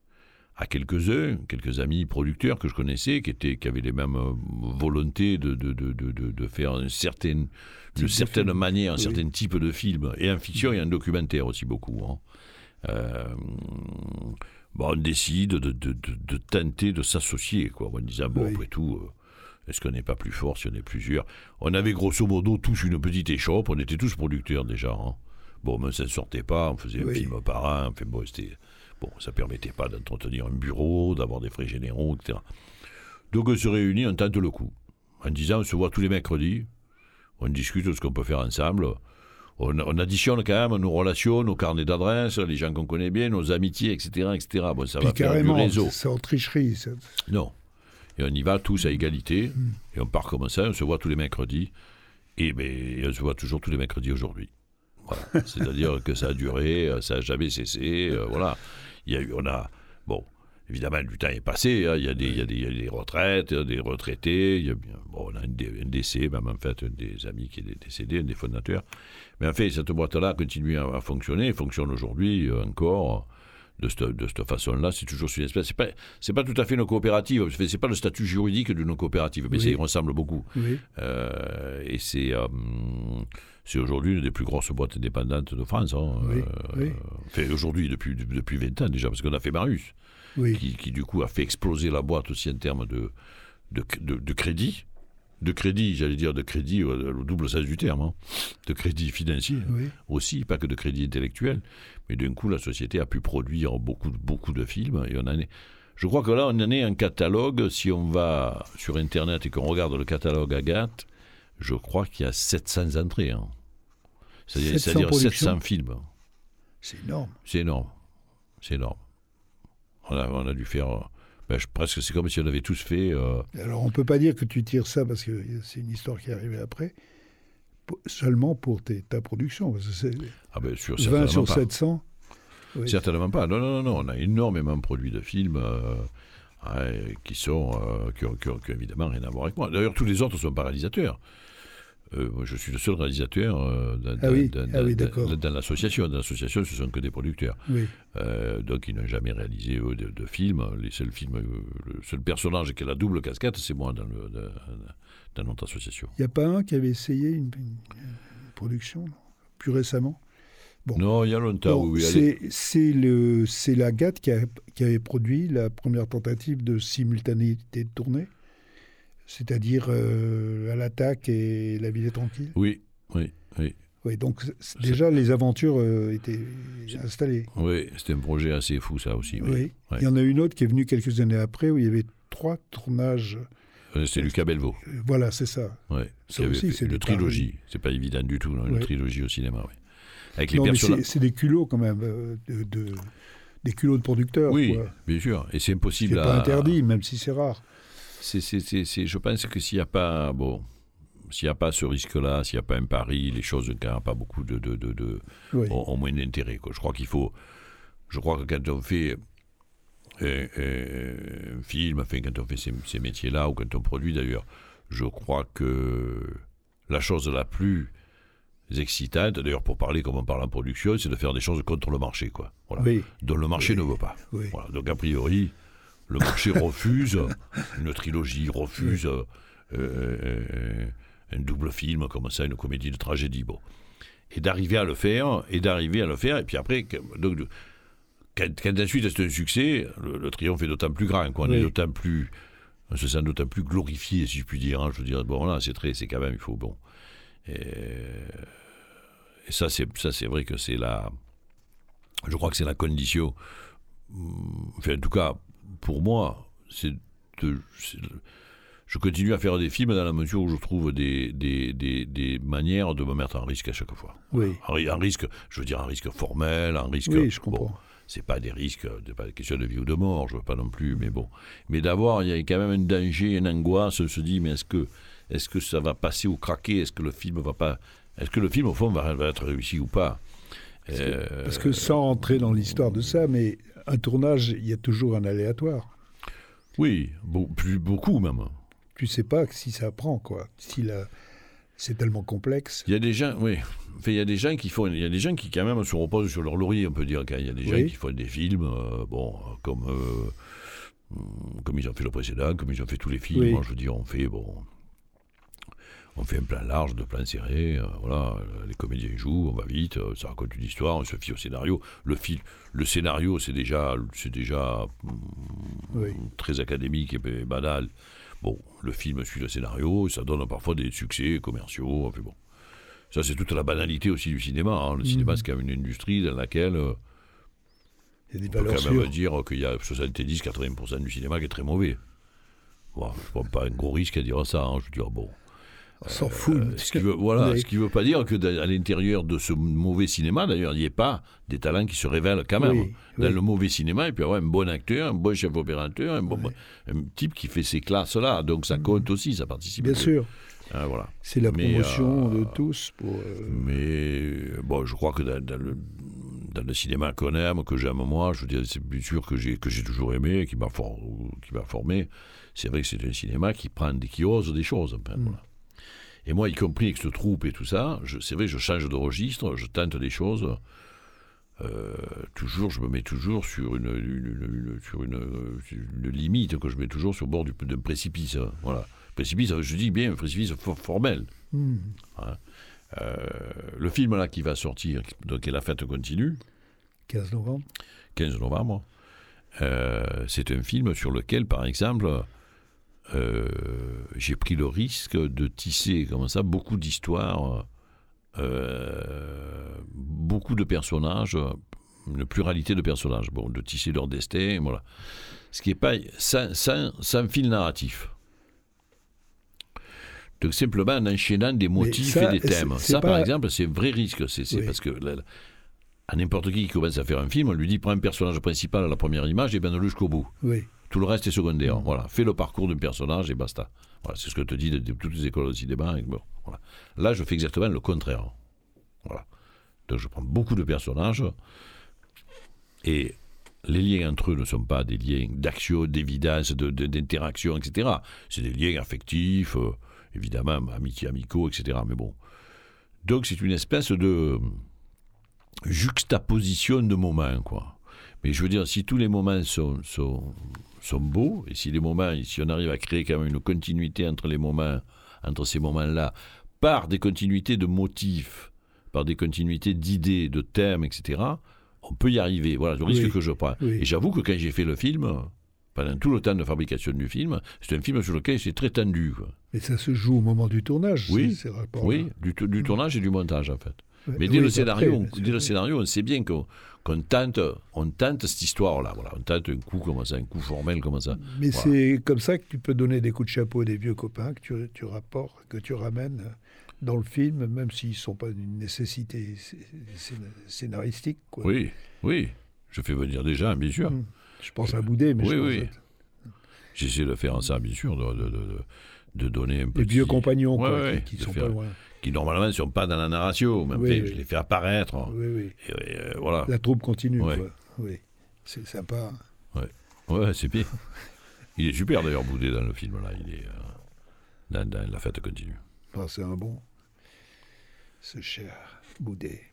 B: à quelques-uns, quelques amis producteurs que je connaissais, qui, étaient, qui avaient les mêmes volontés de, de, de, de, de faire une certaine, une certaine film. manière, un oui. certain type de film, et en fiction et en documentaire aussi beaucoup. Hein. Euh, bon, on décide de, de, de, de tenter de s'associer, quoi, en disant, bon, oui. après tout... Euh, est-ce qu'on n'est pas plus fort si on est plusieurs? On avait grosso modo tous une petite échoppe, on était tous producteurs déjà. Hein. Bon, mais ça ne sortait pas, on faisait oui. un film par an, enfin, bon, c'était, bon, ça ne permettait pas d'entretenir un bureau, d'avoir des frais généraux, et cetera. Donc on se réunit, on tente le coup, en disant on se voit tous les mercredis, on discute de ce qu'on peut faire ensemble, on, on additionne quand même nos relations, nos carnets d'adresses, les gens qu'on connaît bien, nos amitiés, et cetera. et cetera. Bon, ça
A: Puis
B: va faire du réseau.
A: C'est en tricherie. Ça.
B: Non. Et on y va tous à égalité, mmh. et on part comme ça, on se voit tous les mercredis, et, ben, et on se voit toujours tous les mercredis aujourd'hui. Voilà. C'est-à-dire que ça a duré, ça n'a jamais cessé, euh, voilà. Il y a eu, on a, bon, évidemment, du temps est passé, hein, il, y a des, il, y a des, il y a des retraites, des retraités, il y a, bon, on a un, un décès, même en fait, un des amis qui est décédé, un des fondateurs. Mais en fait, cette boîte-là continue à, à fonctionner, elle fonctionne aujourd'hui euh, encore... De cette, de cette façon-là, c'est toujours une espèce... C'est pas, c'est pas tout à fait une coopérative, c'est pas le statut juridique d'une coopérative, mais oui. ça y ressemble beaucoup.
A: Oui.
B: Euh, et c'est, euh, c'est aujourd'hui une des plus grosses boîtes indépendantes de France. Hein.
A: Oui.
B: Euh,
A: oui.
B: Enfin, aujourd'hui, depuis, depuis vingt ans déjà, parce qu'on a fait Marius,
A: oui.
B: qui, qui du coup a fait exploser la boîte aussi en termes de, de, de, de crédit. De crédit, j'allais dire de crédit au, au double sens du terme, hein. De crédit financier
A: oui.
B: aussi, pas que de crédit intellectuel. Mais d'un coup, la société a pu produire beaucoup, beaucoup de films. Et on en est... Je crois que là, on en est un catalogue. Si on va sur Internet et qu'on regarde le catalogue Agathe, je crois qu'il y a sept cents entrées. Hein. C'est-à-dire, c'est-à-dire sept cents films.
A: C'est énorme.
B: C'est énorme. C'est énorme. On a, on a dû faire... Ben, je, presque, c'est comme si on avait tous fait... Euh...
A: Alors, on ne peut pas dire que tu tires ça, parce que c'est une histoire qui est arrivée après, pour, seulement pour tes, ta production. Parce que c'est
B: ah ben, sur,
A: vingt sur
B: pas.
A: sept cents. Oui.
B: Certainement pas. Non, non, non, on a énormément produit de films euh, euh, qui sont... Euh, qui, ont, qui, ont, qui ont évidemment rien à voir avec moi. D'ailleurs, tous les autres ne sont pas réalisateurs. Euh, moi, je suis le seul réalisateur euh, dans,
A: ah oui.
B: dans,
A: ah oui,
B: dans, dans l'association. Dans l'association, ce ne sont que des producteurs.
A: Oui.
B: Euh, donc, ils n'ont jamais réalisé eux, de, de films. Les seuls films, euh, le seul personnage qui a la double casquette, c'est moi dans, le, de, dans notre association.
A: Il n'y a pas un qui avait essayé une, une, une production plus récemment?
B: Bon. Non, il y a longtemps.
A: Bon,
B: oui,
A: c'est, c'est, le, c'est l'Agathe qui, a, qui avait produit la première tentative de simultanéité de tournée. C'est-à-dire euh, À l'attaque et La ville est tranquille.
B: Oui, oui, oui.
A: Oui, donc déjà c'est... les aventures euh, étaient installées.
B: Oui, c'était un projet assez fou ça aussi. Oui.
A: oui. Ouais. Il y en a une autre qui est venue quelques années après où il y avait trois tournages.
B: Euh, c'est Lucas Belvaux.
A: Euh, voilà, c'est ça.
B: Ouais.
A: Ça aussi, c'est
B: une trilogie. C'est pas évident du tout, non, une ouais. trilogie au cinéma. Oui.
A: Avec les non, personnages. C'est, c'est des culots quand même, euh, de, de, des culots de producteurs.
B: Oui,
A: quoi.
B: Bien sûr. Et c'est impossible.
A: C'est
B: à...
A: pas interdit, même si c'est rare.
B: C'est, c'est, c'est, c'est, je pense que s'il n'y a pas, bon, s'il y a pas ce risque-là, s'il n'y a pas un pari, les choses n'ont pas beaucoup de, de, de, de oui. ont, ont moins d'intérêt. Quoi. Je crois qu'il faut, je crois que quand on fait un, un film, enfin quand on fait ces, ces métiers-là ou quand on produit d'ailleurs, je crois que la chose la plus excitante, d'ailleurs pour parler comme on parle en production, c'est de faire des choses contre le marché, quoi. Voilà.
A: Oui.
B: Dont le marché
A: oui.
B: ne veut pas.
A: Oui.
B: Voilà. Donc a priori. Le marché refuse, une trilogie refuse euh, euh, un double film comme ça, une comédie de tragédie. Bon. Et d'arriver à le faire, et d'arriver à le faire, et puis après, donc, quand, quand ensuite c'est un succès, le, le triomphe est d'autant plus grand, quoi. On oui. est d'autant plus, on se sent d'autant plus glorifié, si je puis dire. Hein. Je veux dire, bon là, c'est très, c'est quand même, il faut, bon. Et, et ça, c'est, ça, c'est vrai que c'est la, je crois que c'est la condition, enfin, en tout cas, pour moi, c'est de, c'est, je continue à faire des films dans la mesure où je trouve des, des, des, des manières de me mettre en risque à chaque fois.
A: Oui.
B: Un, un risque, je veux dire un risque formel, un risque...
A: Oui, je comprends.
B: Bon, c'est pas des risques, c'est pas des questions de vie ou de mort, je veux pas non plus, mais bon. Mais d'avoir, il y a quand même un danger, une angoisse, on se dit, mais est-ce que, est-ce que ça va passer ou craquer? Est-ce que le film va pas... Est-ce que le film, au fond, va, va être réussi ou pas?
A: Parce que,
B: Euh,
A: parce que sans entrer dans l'histoire de ça, mais un tournage, il y a toujours un aléatoire.
B: Oui, beau, plus beaucoup même.
A: Tu sais pas si ça prend, quoi. Si la... C'est tellement complexe.
B: Il y a des gens, oui. Enfin, il y a des gens qui font, il y a des gens qui quand même se reposent sur leur laurier, on peut dire. Quand il y a des gens
A: Oui.
B: qui font des films, euh, bon, comme euh, comme ils ont fait le précédent, comme ils ont fait tous les films.
A: Oui.
B: Moi, je veux dire, on fait bon, on fait un plan large, deux plans serrés. Euh, voilà, les comédiens jouent, on va vite, euh, ça raconte une histoire, on se fie au scénario. Le film, le scénario, c'est déjà, c'est déjà hum,
A: Oui.
B: très académique et banal. Bon, le film suit le scénario, ça donne parfois des succès commerciaux. Enfin bon, ça c'est toute la banalité aussi du cinéma. Hein. Le mmh. cinéma, c'est quand même une industrie dans laquelle euh,
A: il y a des
B: on peut
A: valeurs
B: quand même
A: sûres.
B: dire qu'il y a soixante-dix à quatre-vingts pour cent du cinéma qui est très mauvais. Bon, je ne prends pas un gros risque à dire ça. Hein. Je veux dire, bon.
A: On s'en fout.
B: Euh, ce qui veut, voilà,
A: oui.
B: ce qui ne veut pas dire qu'à l'intérieur de ce mauvais cinéma, d'ailleurs, il n'y ait pas des talents qui se révèlent quand même.
A: Oui,
B: Dans
A: oui.
B: le mauvais cinéma, il peut y avoir un bon acteur, un bon chef opérateur, un, bon,
A: Oui.
B: un type qui fait ces classes-là. Donc ça compte aussi, ça participe.
A: Bien sûr.
B: Hein, voilà.
A: C'est la
B: Mais,
A: promotion
B: euh,
A: de tous. Pour, euh...
B: Mais bon, je crois que dans, dans, le, dans le cinéma qu'on aime, que j'aime moi, je veux dire, c'est bien sûr que j'ai, que j'ai toujours aimé, qui m'a, for, qui m'a formé. C'est vrai que c'est un cinéma qui prend, qui ose des choses. Enfin, mm. voilà. Et moi, y compris avec cette troupe et tout ça, je, c'est vrai, je change de registre, je tente des choses. Euh, toujours, je me mets toujours sur une, une, une, sur une, une limite que je mets toujours sur le bord du, d'un précipice. Voilà. Précipice, je dis bien un précipice for, formel.
A: Mmh.
B: Hein. Euh, le film là qui va sortir, donc est La Fête continue.
A: quinze novembre.
B: quinze novembre. Euh, c'est un film sur lequel, par exemple, euh, j'ai pris le risque de tisser comme ça beaucoup d'histoires, euh, beaucoup de personnages, une pluralité de personnages, bon, de tisser leur destin, voilà. Ce qui est pas sans, sans, sans fil narratif. Donc simplement en enchaînant des motifs ça, et des thèmes. C'est, c'est ça, pas... par exemple, c'est un vrai risque. C'est, c'est oui. Parce que là, à n'importe qui qui commence à faire un film, on lui dit prends un personnage principal à la première image et ben le jusqu'au bout.
A: Oui.
B: Tout le reste est secondaire. Mmh. Voilà. Fais le parcours d'un personnage et basta. Voilà. C'est ce que te dit de, de, de toutes les écoles de cinéma. Et bon, voilà. Là, je fais exactement le contraire. Voilà. Donc je prends beaucoup de personnages et les liens entre eux ne sont pas des liens d'action, d'évidence, de, de, d'interaction, et cetera. C'est des liens affectifs, euh, évidemment, amitiés, amicaux, et cetera. Mais bon. Donc c'est une espèce de juxtaposition de moments, quoi. Mais je veux dire, si tous les moments sont, sont, sont beaux, et si les moments, si on arrive à créer quand même une continuité entre les moments, entre ces moments-là, par des continuités de motifs, par des continuités d'idées, de thèmes, et cetera, on peut y arriver. Voilà le risque oui, que je prends. Oui. Et j'avoue que quand j'ai fait le film, pendant tout le temps de fabrication du film, c'est un film sur lequel c'est très tendu, quoi.
A: Et ça se joue au moment du tournage,
B: oui,
A: ces, ces rapports-là.
B: Oui, du, du tournage et du montage, en fait.
A: Ouais,
B: mais dès,
A: oui,
B: le, scénario,
A: après,
B: on, dès le scénario, on sait bien qu'on, qu'on, tente, on tente cette histoire-là. Voilà. On tente un coup comme ça, un coup formel comme ça.
A: Mais
B: voilà.
A: C'est comme ça que tu peux donner des coups de chapeau à des vieux copains que tu, tu rapportes, que tu ramènes dans le film, même s'ils ne sont pas d'une nécessité scénaristique, quoi.
B: Oui, oui. Je fais venir des gens, bien sûr.
A: Mmh. Je pense à Boudet, mais
B: oui,
A: je pense
B: oui.
A: à...
B: J'essaie de faire en ça, bien sûr, de, de, de, de donner un peu...
A: Les vieux compagnons,
B: ouais,
A: quoi,
B: ouais,
A: qui ne sont
B: faire...
A: pas loin.
B: Qui normalement ne sont pas dans la narration, mais
A: oui,
B: enfin,
A: oui.
B: je les fais apparaître.
A: Oui, oui.
B: Et, et, euh, voilà.
A: La troupe continue,
B: ouais.
A: quoi. Oui, c'est sympa.
B: Ouais, ouais c'est bien. Il est super d'ailleurs, Boudet, dans le film, là. Il est euh, dans, dans La Fête continue.
A: Ah, c'est un bon, ce cher Boudet.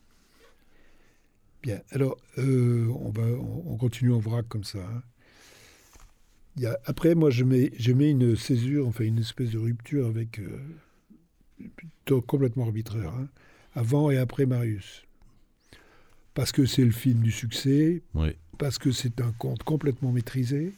A: Bien, alors, euh, on, va, on, on continue en vrac comme ça. Hein. Il y a, après, moi, je mets, je mets une césure, enfin une espèce de rupture avec... Euh, plutôt complètement arbitraire, hein, avant et après Marius. Parce que c'est le film du succès,
B: oui.
A: Parce que c'est un conte complètement maîtrisé,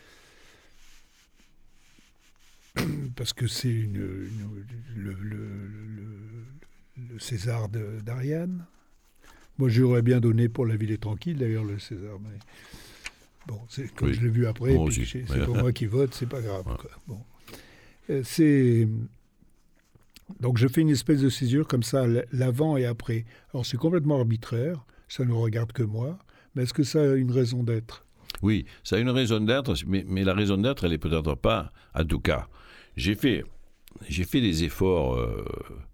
A: parce que c'est une, une, le, le, le, le César de, d'Ariane. Moi, j'aurais bien donné pour La Ville est tranquille, d'ailleurs, le César, mais bon, c'est, comme oui. je l'ai vu après,
B: bon
A: puis
B: aussi.
A: c'est ouais. pas moi qui vote, c'est pas grave.
B: Ouais.
A: Quoi. Bon. Euh, c'est... Donc je fais une espèce de césure comme ça, l'avant et après. Alors c'est complètement arbitraire, ça ne regarde que moi, mais est-ce que ça a une raison d'être ?
B: Oui, ça a une raison d'être, mais, mais la raison d'être, elle n'est peut-être pas, en tout cas. J'ai fait, j'ai fait des efforts, euh,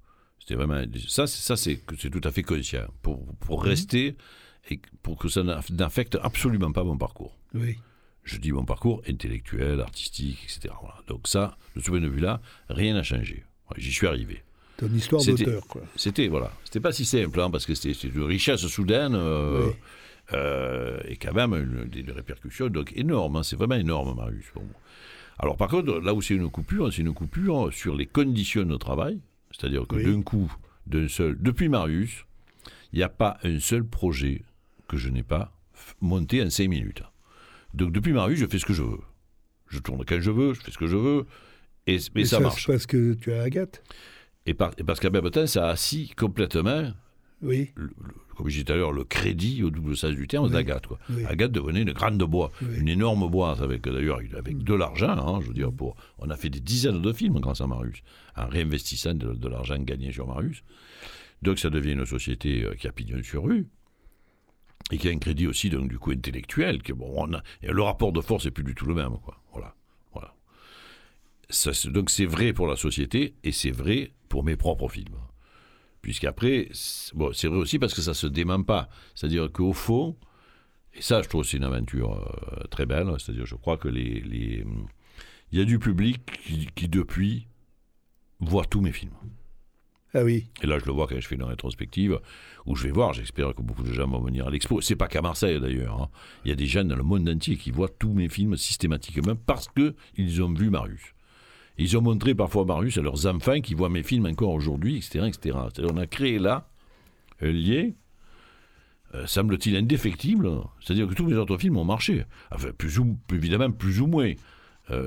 B: C'était vraiment ça, c'est ça, c'est c'est tout à fait conscient pour pour mmh. rester et pour que ça n'affecte absolument pas mon parcours.
A: Oui.
B: Je dis mon parcours intellectuel, artistique, et cetera. Voilà. Donc ça, de ce point de vue-là, rien n'a changé. J'y suis arrivé.
A: Ton histoire
B: c'était,
A: d'auteur, quoi.
B: C'était voilà, c'était pas si simple hein, parce que c'était, c'était une richesse soudaine euh,
A: oui.
B: euh, et quand même une, des, des répercussions donc énormes. Hein, c'est vraiment énorme, Marius. Bon. Alors par contre, là où c'est une coupure, c'est une coupure sur les conditions de travail. C'est-à-dire que oui. d'un coup, d'un seul, depuis Marius, il n'y a pas un seul projet que je n'ai pas monté en cinq minutes. Donc depuis Marius, je fais ce que je veux. Je tourne quand je veux, je fais ce que je veux, et, et, et ça,
A: ça
B: marche.
A: C'est parce que tu as Agathe.
B: Et, par, et parce qu'en même temps, ça a assis complètement,
A: oui.
B: le, le, comme je disais tout à l'heure, le crédit au double sens du terme oui. d'Agathe. Quoi. Oui. Agathe devenait une grande boîte, oui. une énorme boîte, avec d'ailleurs avec de l'argent. Hein, je veux dire, pour, on a fait des dizaines de films grâce à Marius, en réinvestissant de, de l'argent gagné sur Marius. Donc ça devient une société qui a pignon sur rue. Et qui a un crédit aussi, donc, du coup, intellectuel. Que, bon, on a, le rapport de force n'est plus du tout le même. Quoi. Voilà. voilà. Ça, c'est, donc c'est vrai pour la société et c'est vrai pour mes propres films. Puisqu'après, c'est, bon, c'est vrai aussi parce que ça ne se dément pas. C'est-à-dire qu'au fond, et ça, je trouve que c'est une aventure euh, très belle, c'est-à-dire je crois que les, les, il y a du public qui, qui, depuis, voit tous mes films.
A: Ah oui.
B: Et là, je le vois quand je fais une rétrospective où je vais voir, j'espère que beaucoup de gens vont venir à l'expo. C'est pas qu'à Marseille d'ailleurs. Hein. Il y a des gens dans le monde entier qui voient tous mes films systématiquement parce qu'ils ont vu Marius. Et ils ont montré parfois Marius à leurs enfants qui voient mes films encore aujourd'hui, et cetera, et cetera. C'est-à-dire, on a créé là un lien, euh, semble-t-il, indéfectible. C'est-à-dire que tous mes autres films ont marché. Enfin, plus ou, évidemment, plus ou moins. Euh,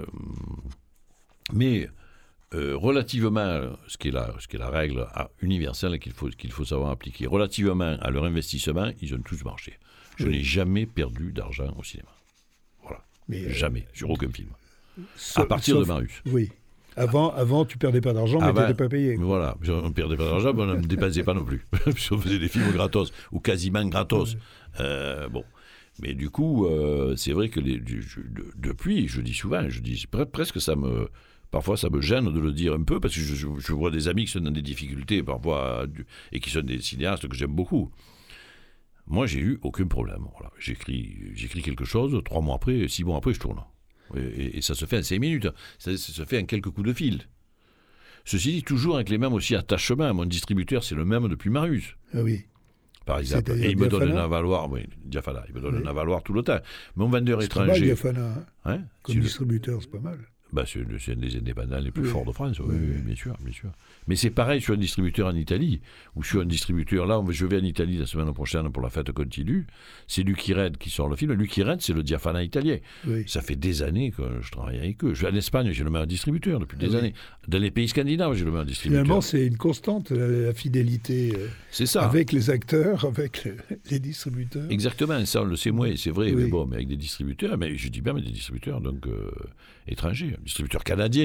B: mais... Euh, relativement, ce qui est la, ce qui est la règle universelle qu'il faut, qu'il faut savoir appliquer, relativement à leur investissement, ils ont tous marché. Je oui. n'ai jamais perdu d'argent au cinéma. Voilà. Mais jamais, euh, sur aucun film. Sauf, à partir sauf, de Marius.
A: Oui. Avant, avant, tu ne perdais pas d'argent, mais tu n'étais pas payé.
B: Voilà, on ne perdait pas d'argent, mais on ne dépensait pas non plus. On faisait des films gratos, ou quasiment gratos. Oui. Euh, bon. Mais du coup, euh, c'est vrai que les, du, je, de, depuis, je dis souvent, je dis presque ça me... Parfois, ça me gêne de le dire un peu, parce que je, je, je vois des amis qui sont dans des difficultés, parfois, et qui sont des cinéastes que j'aime beaucoup. Moi, j'ai eu aucun problème. Voilà. J'écris, j'écris quelque chose, trois mois après, six mois après, je tourne. Et, et, et ça se fait en cinq minutes. Ça, ça se fait en quelques coups de fil. Ceci dit, toujours avec les mêmes aussi attachements. Mon distributeur, c'est le même depuis Marius.
A: Ah oui.
B: Par exemple. Et il me donne un avaloir, oui, Diafana, il me donne oui. un avaloir tout le temps. Mon vendeur
A: c'est
B: étranger.
A: C'est pas mal, Diafana. Hein
B: hein
A: Comme
B: si
A: distributeur, le... c'est pas mal.
B: Bah, c'est, c'est un des indépendants les plus oui. forts de France, oui,
A: oui.
B: oui, bien sûr, bien sûr. Mais c'est pareil sur un distributeur en Italie, ou sur un distributeur, là, je vais en Italie la semaine prochaine pour la fête continue, c'est Lucky Red qui sort le film. Lucky Red, c'est le Diafana italien.
A: Oui.
B: Ça fait des années que je travaille avec eux. Je vais en Espagne, j'ai le meilleur distributeur depuis des oui. années. Dans les pays scandinaves, j'ai le meilleur distributeur.
A: Finalement, c'est une constante, la, la fidélité euh,
B: c'est ça.
A: Avec les acteurs, avec le, les distributeurs.
B: Exactement, ça on le sait moins, c'est vrai, oui. mais bon, mais avec des distributeurs, mais je dis bien, mais des distributeurs donc euh, étrangers, un distributeur canadien.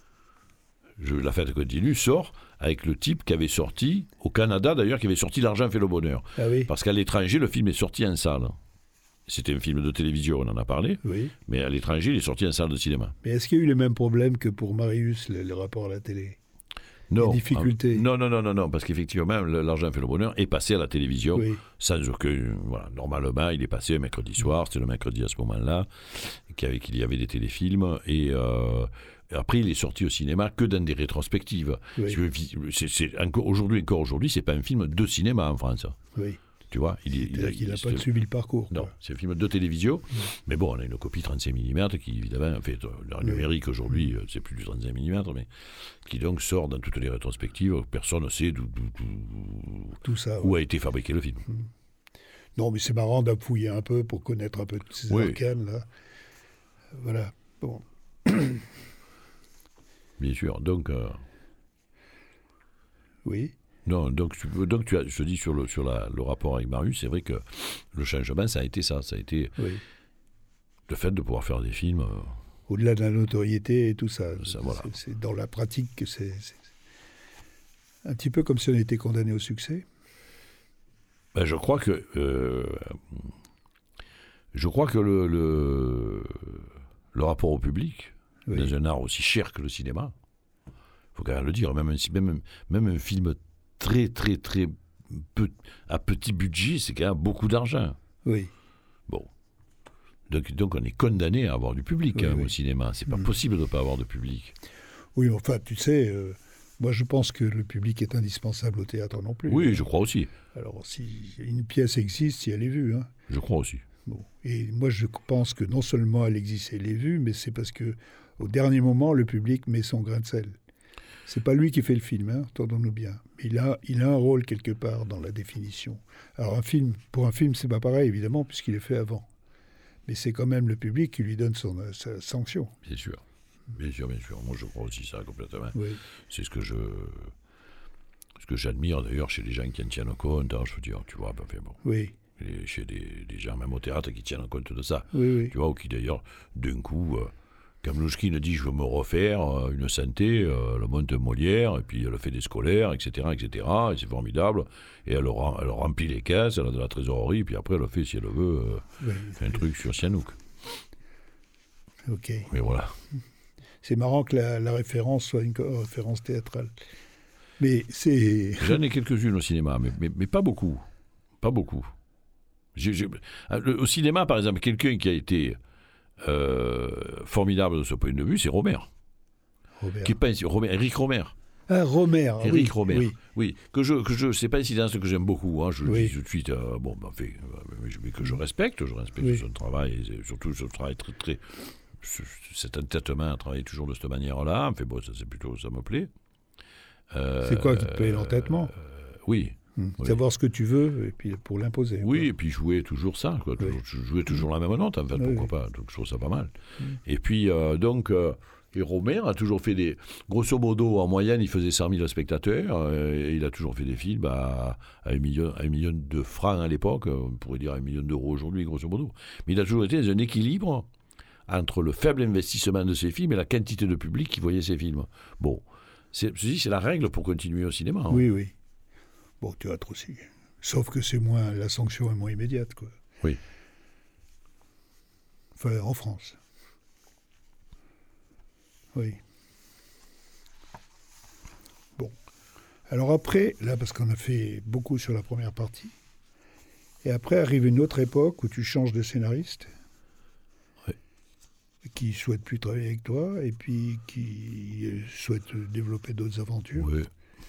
B: Je, la fête continue sort avec le type qui avait sorti, au Canada d'ailleurs, qui avait sorti L'argent fait le bonheur.
A: Ah oui.
B: Parce qu'à l'étranger, le film est sorti en salle. C'était un film de télévision, on en a parlé,
A: oui.
B: mais à l'étranger, il est sorti en salle de cinéma.
A: Mais est-ce qu'il y a eu les mêmes problèmes que pour Marius, le, le rapport à la télé ?
B: Non,
A: les difficultés.
B: Non, non, non, non, non, parce qu'effectivement, L'argent fait le bonheur est passé à la télévision
A: oui.
B: sans aucun... Voilà, normalement, il est passé un mercredi soir, c'était le mercredi à ce moment-là, qu'il y avait des téléfilms, et euh, après, il est sorti au cinéma que dans des rétrospectives.
A: Oui.
B: C'est, c'est, encore, aujourd'hui, encore aujourd'hui, c'est pas un film de cinéma en France.
A: Oui.
B: Tu vois, il, il,
A: il n'a pas suivi le parcours.
B: Non,
A: quoi.
B: c'est un film de télévision, mmh. mais bon, on a une copie trente-cinq millimètres qui, évidemment, en fait, le numérique oui. aujourd'hui, c'est plus du trente-cinq millimètres, mais qui donc sort dans toutes les rétrospectives. Personne ne sait d'où, d'où, d'où,
A: Tout ça,
B: où
A: ouais.
B: a été fabriqué le film.
A: Mmh. Non, mais c'est marrant d'appouiller un peu pour connaître un peu tous ces
B: oui.
A: arcanes, là. Voilà, bon.
B: Bien sûr, donc... Euh...
A: Oui.
B: Non, donc, donc tu as, je dis sur, le, sur la, le rapport avec Marius, c'est vrai que le changement, ça a été ça. Ça a été
A: oui.
B: le fait de pouvoir faire des films. Euh,
A: Au-delà de la notoriété et tout ça.
B: ça voilà.
A: c'est, c'est dans la pratique que c'est, c'est un petit peu comme si on était condamné au succès.
B: Ben, je crois que euh, je crois que le, le, le rapport au public, oui. dans un art aussi cher que le cinéma, il faut quand même le dire, même un, même, même un film très, très, très peu, à petit budget, c'est quand même beaucoup d'argent.
A: Oui.
B: Bon. Donc, donc on est condamné à avoir du public
A: Oui,
B: hein,
A: oui.
B: au cinéma. C'est pas
A: Mmh.
B: possible de ne pas avoir de public.
A: Oui, enfin, tu sais, euh, moi je pense que le public est indispensable au théâtre non plus.
B: Oui, je crois aussi.
A: Alors, si une pièce existe, si elle est vue. Hein.
B: Je crois aussi.
A: Bon. Et moi je pense que non seulement elle existe, elle est vue, mais c'est parce que au dernier moment, le public met son grain de sel. C'est pas lui qui fait le film, hein, entendons-nous bien. Mais il a, il a un rôle quelque part dans la définition. Alors un film, pour un film, c'est pas pareil, évidemment, puisqu'il est fait avant. Mais c'est quand même le public qui lui donne son, sa sanction.
B: Bien sûr. Bien sûr, bien sûr. Moi, je crois aussi ça complètement.
A: Oui.
B: C'est ce que je... Ce que j'admire, d'ailleurs, chez les gens qui en tiennent compte. Hein, je veux dire, tu vois, ben, enfin, bon,
A: Oui.
B: et chez des, des gens, même au théâtre, qui tiennent compte de ça.
A: Oui, oui.
B: Tu vois, ou qui, d'ailleurs, d'un coup... Euh, Kamlouchkine dit je veux me refaire euh, une santé, euh, elle monte un Molière, et puis elle fait des scolaires, et cetera, et cetera, et c'est formidable. Et elle, rem- elle remplit les caisses, elle a de la trésorerie, puis après elle fait, si elle veut, euh,
A: Oui.
B: un truc sur Sihanouk.
A: Ok.
B: Mais voilà.
A: C'est marrant que la, la référence soit une co- référence théâtrale. Mais c'est...
B: J'en ai quelques-unes au cinéma, mais, mais, mais pas beaucoup. Pas beaucoup. J'ai, j'ai... Au cinéma, par exemple, quelqu'un qui a été euh, formidable de ce point de vue, c'est Romer.
A: Robert.
B: Qui est pas un- Romer, Éric Romer.
A: Ah, Romer. ah
B: Éric
A: oui,
B: Romer.
A: Oui.
B: Oui, que je, que je, c'est pas un cinéaste que j'aime beaucoup, hein, je le
A: Oui.
B: dis tout de suite, euh, bon, ben, fait, euh, mais que je respecte, je respecte
A: Oui.
B: son travail, et surtout son travail très, très, ce- cet entêtement à travailler toujours de cette manière-là, enfin bon, ça c'est plutôt, ça me plaît. Euh,
A: C'est quoi qui te plaît, l'entêtement
B: euh, Oui.
A: Hum.
B: oui.
A: Savoir ce que tu veux, et puis pour l'imposer.
B: Oui,
A: quoi.
B: et puis jouer toujours ça, quoi,
A: Oui.
B: toujours, jouer toujours la même note, en fait,
A: Oui,
B: pourquoi
A: oui.
B: pas, donc je trouve ça pas mal.
A: Mm.
B: Et puis, euh, donc, euh, et Romer a toujours fait des... Grosso modo, en moyenne, il faisait cent mille spectateurs, euh, et il a toujours fait des films à, à, un million, à un million de francs à l'époque, on pourrait dire un million d'euros aujourd'hui, grosso modo. Mais il a toujours été dans un équilibre entre le faible investissement de ses films et la quantité de public qui voyait ses films. Bon, c'est, ceci, c'est la règle pour continuer au cinéma. Hein.
A: Oui, oui. Bon, théâtre aussi. Sauf que c'est moins... La sanction est moins immédiate, quoi.
B: Oui.
A: Enfin, en France. Oui. Bon. Alors après, là, parce qu'on a fait beaucoup sur la première partie, et après arrive une autre époque où tu changes de scénariste,
B: Oui.
A: qui ne souhaite plus travailler avec toi, et puis qui euh, souhaite développer d'autres aventures.
B: Oui.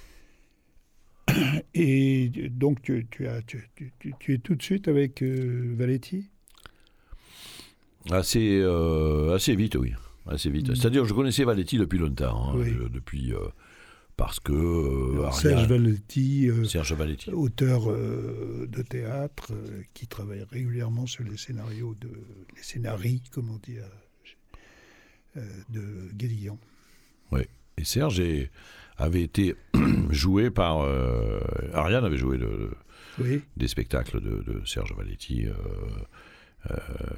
A: Et donc, tu, tu, as, tu, tu- tu- tu es tout de suite avec euh, Valetti.
B: Assez, euh, assez vite, oui. Assez vite.
A: Mm.
B: C'est-à-dire, je connaissais Valetti depuis longtemps. Hein,
A: Oui.
B: je- depuis, euh, parce que... euh,
A: Alors,
B: Ariane-
A: Serge Valetti, euh,
B: Serge Valetti.
A: auteur euh, de théâtre, euh, qui travaille régulièrement sur les scénarios, de, les scénarii, comme on dit, euh, euh, de Guédiguian.
B: Et Serge est- avait été joué par... euh, Ariane avait joué le, le-
A: Oui,
B: des spectacles de, de Serge Valetti. Euh, euh,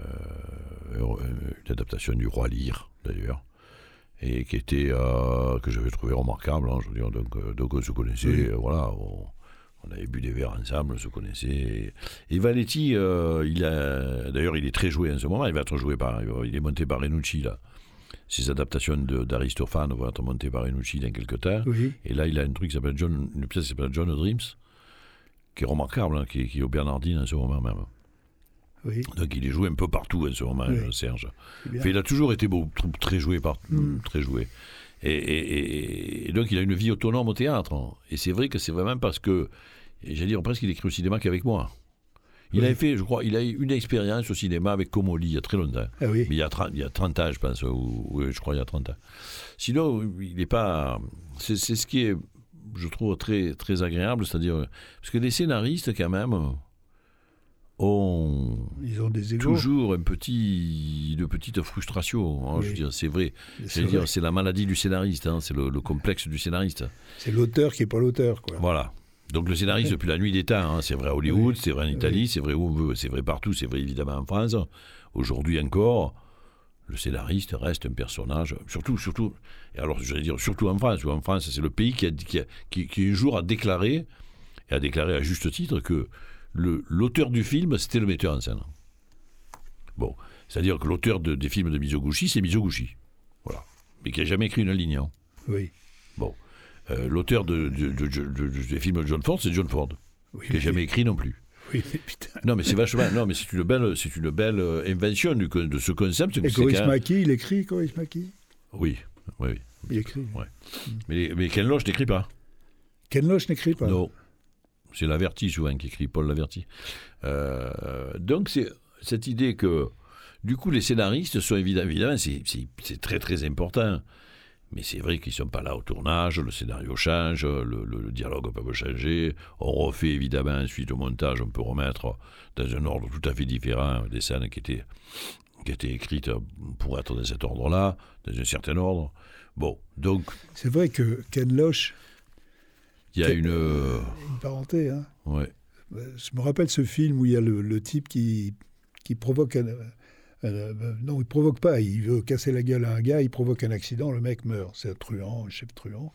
B: une adaptation du Roi Lear, d'ailleurs. Et qui était... euh, que j'avais trouvé remarquable. Hein, je veux dire, donc, euh, donc on se connaissait,
A: Oui.
B: euh, voilà... On, on avait bu des verres ensemble, on se connaissait. Et Valetti, euh, il a, d'ailleurs, il est très joué en ce moment. Il va être joué par, il est monté par Renucci là. Ses adaptations de, d'Aristophane vont être montées par Renucci dans quelques temps.
A: oui,
B: Et là, il a un truc qui s'appelle John, une pièce qui s'appelle John Dreams, qui est remarquable, hein, qui, est- qui est au Bernardine en ce moment même.
A: oui,
B: Donc il est joué un peu partout en ce moment,
A: Oui.
B: euh, Serge.
A: c'est bien.
B: Enfin, il a toujours été beau, tr- très joué partout,
A: Mm.
B: très joué. Et, et- et- et donc il a une vie autonome au théâtre. hein. Et c'est vrai que c'est vraiment parce que, et j'allais dire presque qu'il écrit au cinéma qu'avec moi. Il
A: Oui.
B: avait fait, je crois, il a eu une expérience au cinéma avec Comolli il y a très longtemps.
A: Ah oui,
B: Mais il y a trente, il y a trente ans, je pense. Ou, oui, je crois il y a trente ans. Sinon, il n'est pas... C'est, c'est ce qui est, je trouve, très, très agréable. C'est-à-dire... Parce que les scénaristes, quand même, ont
A: ils ont des égos.
B: toujours un petit, une petite frustration. hein,
A: Oui.
B: Je veux dire, c'est vrai.
A: C'est
B: C'est,
A: vrai.
B: dire, c'est la maladie du scénariste. hein, c'est le, le complexe du scénariste.
A: C'est l'auteur qui n'est pas l'auteur, quoi.
B: Voilà. Donc le scénariste depuis la nuit des temps, hein, c'est vrai à Hollywood,
A: Oui.
B: c'est vrai en Italie,
A: Oui.
B: c'est vrai où on veut, c'est vrai partout, c'est vrai évidemment en France. Aujourd'hui encore, le scénariste reste un personnage, surtout, surtout, et alors j'allais dire surtout en France, où en France c'est le pays qui, a, qui, a- qui, qui un jour a déclaré, et a déclaré à juste titre que le, l'auteur du film c'était le metteur en scène. Bon, c'est-à-dire que l'auteur de- des films de Mizoguchi c'est Mizoguchi, voilà, mais qui n'a jamais écrit une ligne. hein.
A: Oui,
B: Bon. Euh, l'auteur de, de, de, de, de, des films de John Ford, c'est John Ford,
A: Oui,
B: qui n'a jamais écrit non plus.
A: Oui, mais putain.
B: Non, mais c'est vachement. Non, mais c'est une belle, c'est une belle euh, invention du, de ce concept.
A: Et Kaurismäki, il écrit Kaurismäki.
B: Oui, oui, oui.
A: Il écrit.
B: Ouais. Mm. Mais, mais Ken Loach n'écrit pas.
A: Ken Loach n'écrit pas.
B: Non. C'est Laverty souvent qui écrit, Paul Laverty. Euh, donc c'est cette idée que, du coup, les scénaristes sont évidemment, évidemment c'est, c'est, c'est très très important. Mais c'est vrai qu'ils ne sont pas là au tournage, le scénario change, le, le, le dialogue peut changer. On refait évidemment ensuite au montage, on peut remettre dans un ordre tout à fait différent des scènes qui étaient, qui étaient écrites pour être dans cet ordre-là, dans un certain ordre. Bon, donc...
A: C'est vrai que Ken Loach...
B: Il y a une...
A: Une parenté, hein.
B: Ouais.
A: Je me rappelle ce film où il y a le, le type qui, qui provoque un... Euh, non, il ne provoque pas, il veut casser la gueule à un gars, il provoque un accident, le mec meurt. C'est un truand, un chef truand.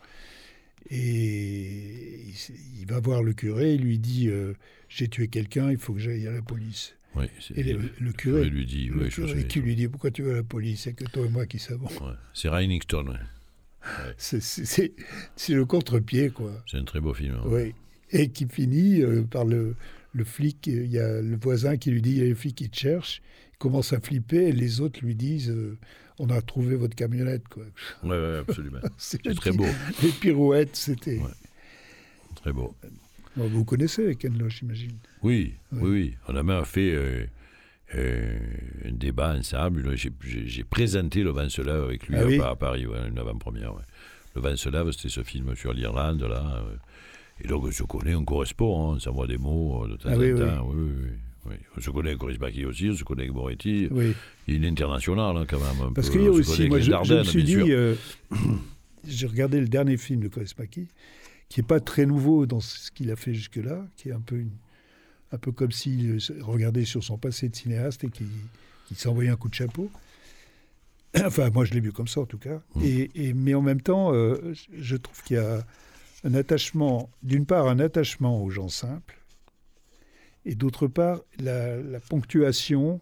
A: Et il, il va voir le curé, il lui dit euh, « J'ai tué quelqu'un, il faut que j'aille à la police.
B: Oui, ».
A: Et le, le, le curé,
B: curé lui dit,
A: le
B: ouais,
A: curé qui lui dit « Pourquoi tu vas à la police ? C'est que toi et moi qui savons.
B: Ouais. » C'est Ryan Stone, ouais.
A: Ouais. C'est, c'est, c'est, c'est le contre-pied, quoi.
B: C'est un très beau film. Hein.
A: Oui. Et qui finit euh, par le, le flic, il y a le voisin qui lui dit « Il y a les flics qui te cherchent ». Commence à flipper et les autres lui disent euh, on a trouvé votre camionnette, quoi.
B: Oui, ouais, absolument. c'est,
A: c'est
B: très beau.
A: Les pirouettes, c'était...
B: Ouais. Très beau.
A: Bon, vous connaissez Ken Loach, j'imagine.
B: Oui, oui, oui, oui. On a même fait euh, euh, un débat ensemble. J'ai, j'ai, j'ai présenté Le Vent se lève avec lui
A: ah,
B: à,
A: oui.
B: à Paris, ouais, une avant-première. Ouais. Le Vent se lève, c'était ce film sur l'Irlande, là. Euh, et donc on se connaît, on correspond, hein, on s'envoie des mots de temps
A: ah,
B: en
A: oui,
B: temps.
A: Oui.
B: Oui, oui, oui. Oui. On se connaît avec Kaurismäki aussi, on se connaît avec Moretti.
A: Oui.
B: Il est international hein, quand même. Un
A: Parce
B: peu.
A: qu'il y a
B: on
A: aussi, moi je,
B: Dardennes,
A: je me suis dit, euh, j'ai regardé le dernier film de Kaurismäki, qui n'est pas très nouveau dans ce qu'il a fait jusque-là, qui est un peu, une, un peu comme s'il regardait sur son passé de cinéaste et qu'il, qu'il s'envoyait un coup de chapeau. Enfin, moi je l'ai vu comme ça en tout cas. Mmh. Et, et, mais en même temps, euh, je trouve qu'il y a un attachement, d'une part un attachement aux gens simples, et d'autre part, la, la ponctuation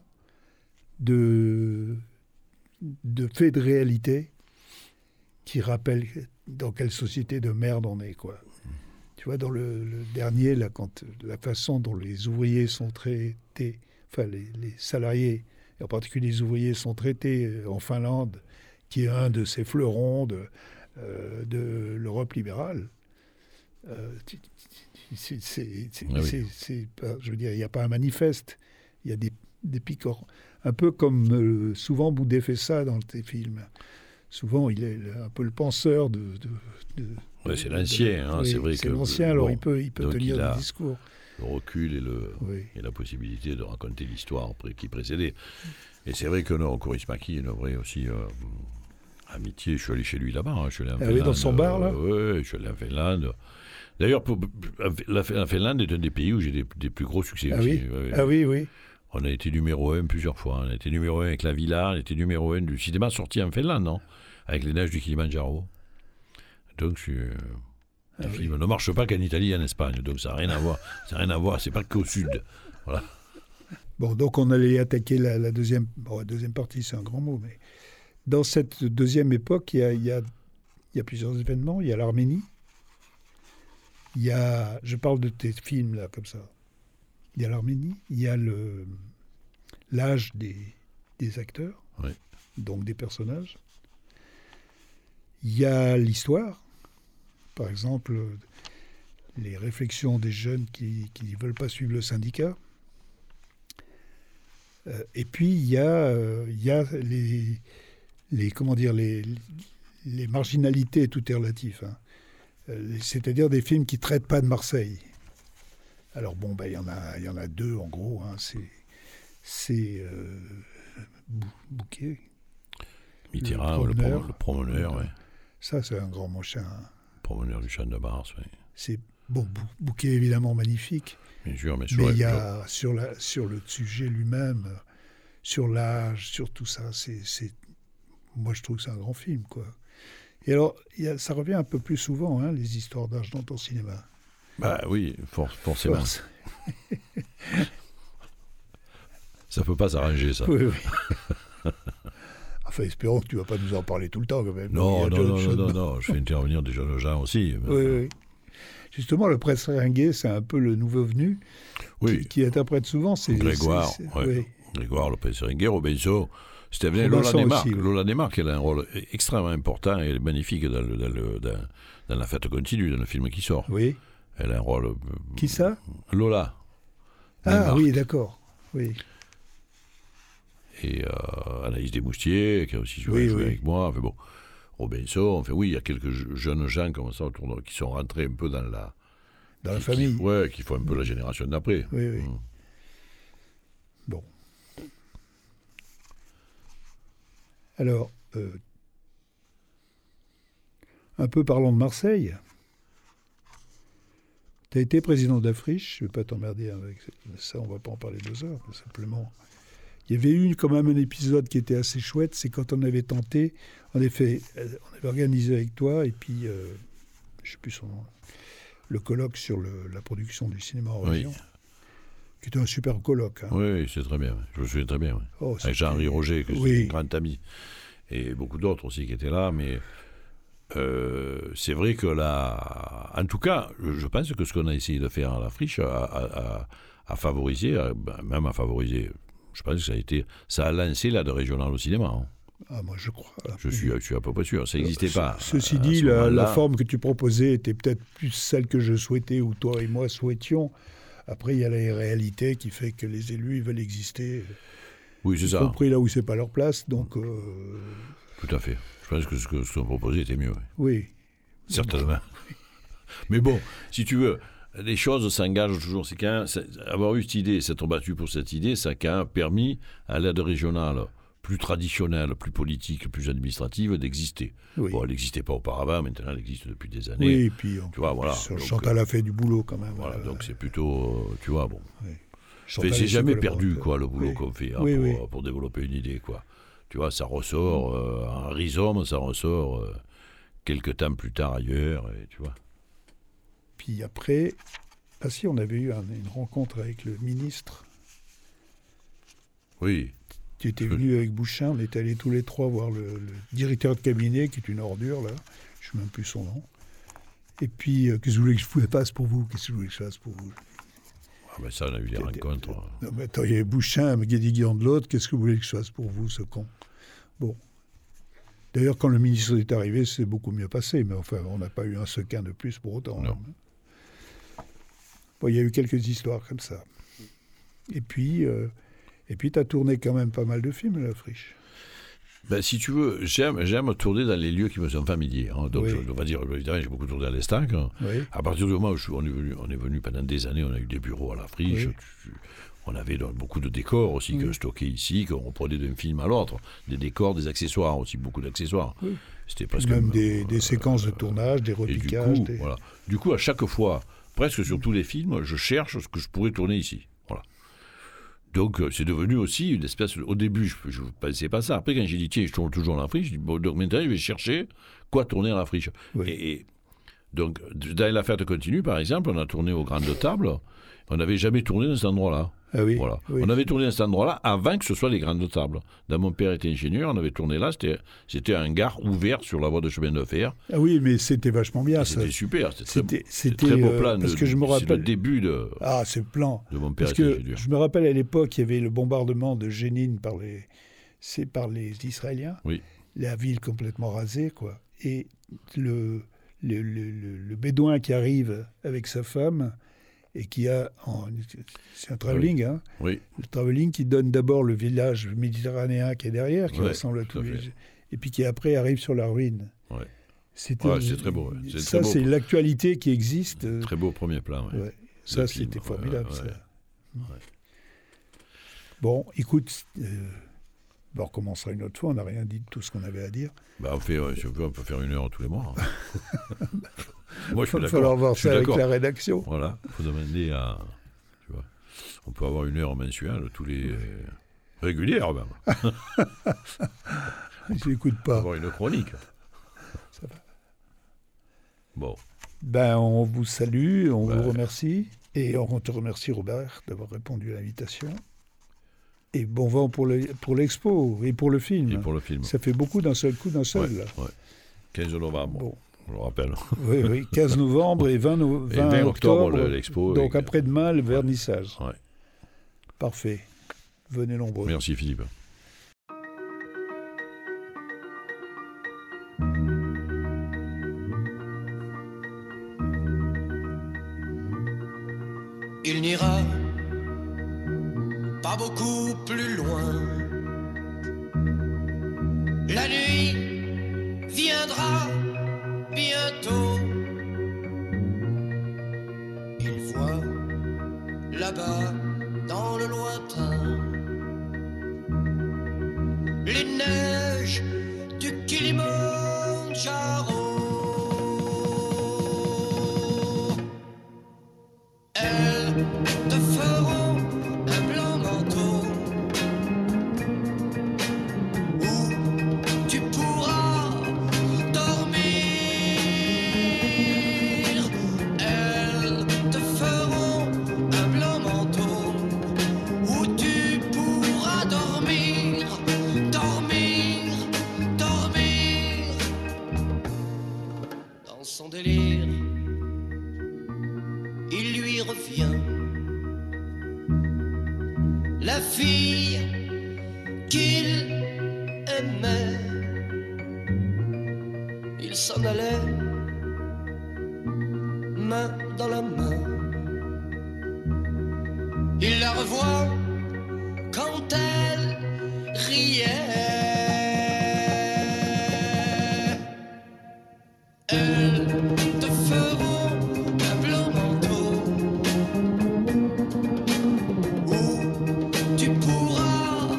A: de, de faits de réalité qui rappellent dans quelle société de merde on est, quoi. Tu vois, dans le, le dernier, là, quand, la façon dont les ouvriers sont traités, enfin les, les salariés, et en particulier les ouvriers, sont traités en Finlande, qui est un de ces fleurons de, euh, de l'Europe libérale, euh, C'est, c'est, c'est, ah oui. c'est, c'est pas, je veux dire, il n'y a pas un manifeste, il y a des, des picords. Un peu comme euh, souvent Boudet fait ça dans tes films. Souvent, il est un peu le penseur de... de, de
B: ouais, c'est l'ancien, de, hein, oui, c'est vrai
A: c'est
B: que...
A: C'est l'ancien, alors bon, il peut, il peut tenir il le discours.
B: Le recul et, le,
A: oui.
B: et la possibilité de raconter l'histoire qui précédait. Et c'est vrai que non, Kaurismäki, une vraie aussi... Euh, amitié, je suis allé chez lui là-bas, hein, je suis allé en
A: ah
B: Finlande.
A: Oui, dans son bar, là
B: euh, Oui, je suis allé en Finlande... D'ailleurs, pour, la, la Finlande est un des pays où j'ai des, des plus gros succès
A: ah
B: aussi.
A: Oui
B: ouais,
A: ah oui, oui.
B: On a été numéro un plusieurs fois. On a été numéro un avec La Villa, on a été numéro un du cinéma sorti en Finlande, non ? Avec Les Neiges du Kilimanjaro. Donc, je, ah le oui. film ne marche pas qu'en Italie et en Espagne. Donc, ça n'a rien à voir. Ça n'a rien à voir. C'est pas qu'au sud. Voilà.
A: Bon, donc on allait attaquer la, la deuxième... Bon, la deuxième partie, c'est un grand mot, mais dans cette deuxième époque, il y a, il y a, il y a plusieurs événements. Il y a l'Arménie. Il y a, je parle de tes films là comme ça. Il y a l'Arménie, il y a le l'âge des, des acteurs,
B: oui.
A: donc des personnages. Il y a l'histoire, par exemple les réflexions des jeunes qui qui ne veulent pas suivre le syndicat. Euh, et puis il y a euh, il y a les les comment dire les les marginalités, tout est relatif. Hein. C'est-à-dire des films qui ne traitent pas de Marseille. Alors bon, ben, il y en a, il y en a deux en gros. Hein. C'est, c'est euh, Bouquet.
B: Mitterrand, le promeneur. Le, le promeneur, oui.
A: Ça, c'est un grand machin. Hein.
B: Promeneur du Champ de Mars, oui.
A: C'est, bon, Bouquet évidemment magnifique.
B: Bien sûr, mais,
A: mais il y a sur, la, sur le sujet lui-même, sur l'âge, sur tout ça, c'est, c'est, moi je trouve que c'est un grand film, quoi. Et alors, y a, ça revient un peu plus souvent, hein, les histoires d'âge dans ton cinéma.
B: Bah oui, for- forcément.
A: Force.
B: Ça peut pas s'arranger, ça.
A: Oui, oui. Enfin, espérons que tu ne vas pas nous en parler tout le temps quand même.
B: Non, non, non, non, non, non, je fais intervenir des jeunes gens aussi. Mais...
A: Oui, oui. Justement, le prince Seringuet, c'est un peu le nouveau venu
B: oui.
A: qui, qui interprète souvent. C'est,
B: Grégoire,
A: c'est, c'est,
B: ouais.
A: oui.
B: Grégoire, le prince Seringuet, Robinson, Steven, Lola Desmarques. Lola Desmarques, elle a un rôle extrêmement important et magnifique dans, le, dans, le, dans, dans La Fête continue, dans le film qui sort.
A: Oui.
B: Elle a un rôle...
A: Qui ça?
B: Lola.
A: Ah
B: Desmarques.
A: Oui, d'accord. Oui.
B: Et euh, Anaïs Desmoustiers, qui a aussi joué,
A: oui,
B: joué
A: oui.
B: avec moi. Enfin bon, Robinson, enfin oui, il y a quelques jeunes gens comme ça autour de, qui sont rentrés un peu dans la...
A: Dans la
B: qui,
A: famille.
B: Qui, ouais, qui font un peu la génération d'après.
A: Oui, oui.
B: Mmh.
A: Bon. Alors, euh, un peu parlons de Marseille. Tu as été président de la Friche, je ne vais pas t'emmerder avec ça, on ne va pas en parler deux heures, mais simplement. Il y avait eu quand même un épisode qui était assez chouette, c'est quand on avait tenté, en effet, on avait organisé avec toi, et puis, euh, je ne sais plus son nom, le colloque sur le, la production du cinéma en région, oui. Qui était un super colloque. Hein.
B: Oui, c'est très bien, je me souviens très bien. Oui. Oh, avec Jean-Henri Roger, que oui. c'est un grand ami, et beaucoup d'autres aussi qui étaient là, mais... Euh, c'est vrai que là, en tout cas, je pense que ce qu'on a essayé de faire à la Friche a, a, a, a favorisé, a, même a favorisé, je pense que ça a été, ça a lancé l'aide régionale au cinéma. Hein.
A: Ah, moi je crois.
B: Je suis, je suis à peu près sûr, ça n'existait euh, pas.
A: Ceci dit, la, la forme que tu proposais était peut-être plus celle que je souhaitais ou toi et moi souhaitions. Après, il y a la réalité qui fait que les élus ils veulent exister.
B: Oui, c'est ça.
A: Y compris là où c'est pas leur place, donc. Euh...
B: Tout à fait. Je pense que ce que ce qu'on proposait était mieux.
A: Oui.
B: Certainement. Mais bon, si tu veux, les choses s'engagent toujours. C'est quand même, avoir eu cette idée, s'être battu pour cette idée, ça a quand même permis à l'aide régionale plus traditionnelle, plus politique, plus administrative d'exister.
A: Oui.
B: Bon, elle n'existait pas auparavant, maintenant elle existe depuis des années.
A: Oui, et puis
B: tu vois, voilà.
A: Donc, Chantal a fait du boulot quand même.
B: Voilà,
A: euh...
B: donc c'est plutôt, tu vois, bon.
A: Oui.
B: Fait, c'est jamais perdu, quoi, le boulot
A: oui.
B: qu'on fait hein,
A: oui,
B: pour,
A: oui.
B: pour développer une idée, quoi. Tu vois, ça ressort euh, en rhizome, ça ressort euh, quelques temps plus tard ailleurs, et tu vois.
A: Puis après, ah si, on avait eu un, une rencontre avec le ministre.
B: Oui.
A: Tu étais venu avec Bouchin, on est allés tous les trois voir le, le directeur de cabinet, qui est une ordure, là. Je ne sais même plus son nom. Et puis, euh, qu'est-ce que vous voulez que je fasse pour vous Qu'est-ce que vous voulez que je fasse pour vous
B: Ah ben ça, on a eu des rencontres.
A: Non, mais attends, il y avait Bouchin, Guédiguian de l'autre. Qu'est-ce que vous voulez que je fasse pour vous, ce con? Bon. D'ailleurs, quand le ministre est arrivé, c'est beaucoup mieux passé. Mais enfin, on n'a pas eu un sequin de plus pour autant.
B: Non.
A: Hein. Bon, il y a eu quelques histoires comme ça. Et puis, euh, et puis tu as tourné quand même pas mal de films, La Friche.
B: Ben, si tu veux, j'aime, j'aime tourner dans les lieux qui me sont familiers. Hein. Donc, oui. je, on va dire, évidemment, j'ai beaucoup tourné à l'Estac. Hein.
A: Oui.
B: À partir du moment où je, on, est venu, on est venu pendant des années, on a eu des bureaux à La Friche.
A: Oui.
B: Tu, on avait donc, beaucoup de décors aussi oui. que stockés ici, qu'on reprenait d'un film à l'autre. Des décors, des accessoires aussi, beaucoup d'accessoires.
A: Oui.
B: C'était presque
A: même
B: comme,
A: des,
B: euh,
A: des séquences de tournage, des repiquages.
B: Du coup,
A: des...
B: voilà. Du coup, à chaque fois, presque sur tous les films, je cherche ce que je pourrais tourner ici. Voilà. Donc, c'est devenu aussi une espèce... Au début, je ne pensais pas ça. Après, quand j'ai dit, tiens, je tourne toujours à La Friche, je dis, bon, donc maintenant, je vais chercher quoi tourner à La Friche.
A: Oui.
B: Et, et donc, dans La Fête continue, par exemple, on a tourné aux Grandes Tables. On n'avait jamais tourné dans cet endroit-là.
A: Ah oui,
B: voilà.
A: oui.
B: On avait tourné dans cet endroit-là avant que ce soit les Grandes Tables. Dans Mon père était ingénieur, on avait tourné là. C'était, c'était un gare ouvert sur la voie de chemin de fer.
A: Ah oui, mais c'était vachement bien. Ça.
B: C'était super. C'était,
A: c'était,
B: très,
A: c'était
B: très beau
A: euh,
B: plan.
A: Parce
B: de,
A: que je me rappelle.
B: C'est le début de.
A: Ah, c'est le plan.
B: De Mon père
A: parce
B: était
A: que
B: ingénieur.
A: Je me rappelle à l'époque, il y avait le bombardement de Jénine par les, c'est par les Israéliens.
B: Oui.
A: La ville complètement rasée, quoi. Et le, le, le, le, le bédouin qui arrive avec sa femme. Et qui a, en, c'est un travelling,
B: oui.
A: hein,
B: oui.
A: le travelling qui donne d'abord le village méditerranéen qui est derrière, qui
B: ouais,
A: ressemble à tous les, et puis qui après arrive sur la ruine.
B: Ouais.
A: C'était,
B: ouais, c'est très beau. Ouais. C'est
A: ça,
B: très beau.
A: C'est l'actualité qui existe.
B: Très beau premier plan. Ouais.
A: Ouais. Ça, c'était film. formidable.
B: Ouais,
A: ça.
B: ouais. Ouais.
A: Bon, écoute, euh, bon, on recommencera une autre fois. On n'a rien dit de tout ce qu'on avait à dire.
B: Bah, on fait, si on veut, on peut faire une heure tous les mois. Hein. Moi, je suis
A: Il va
B: d'accord.
A: falloir voir
B: je suis
A: ça
B: d'accord.
A: avec la rédaction.
B: Voilà, il faut demander à... Tu vois, on peut avoir une heure mensuelle, tous les... régulière, même.
A: Je n'écoute pas.
B: Avoir une chronique.
A: Ça va.
B: Bon.
A: Ben, on vous salue, on
B: ben...
A: vous remercie. Et on te remercie, Robert, d'avoir répondu à l'invitation. Et bon vent pour, le, pour l'expo et pour le film.
B: Et pour le film.
A: Ça fait beaucoup d'un seul coup, d'un seul.
B: Ouais,
A: là.
B: ouais. quinze novembre, bon. On le rappelle.
A: Oui, oui, quinze novembre et vingt, no- vingt,
B: et vingt octobre,
A: octobre,
B: l'expo.
A: Donc
B: et...
A: après-demain, le vernissage.
B: Ouais.
A: Parfait. Venez nombreux.
B: Merci Philippe.
C: Il n'ira pas beaucoup plus loin. La nuit viendra bientôt. Il voit là-bas dans le lointain les neiges du Kilimandjaro. Elles te feront un blanc manteau où tu pourras dormir. Elles te feront un blanc manteau où tu pourras dormir, dormir, dormir. Dans son délire, il lui revient la fille qu'il aimait. Il s'en allait, main dans la main. Il la revoit quand elle riait. Elle te feront un blanc manteau où tu pourras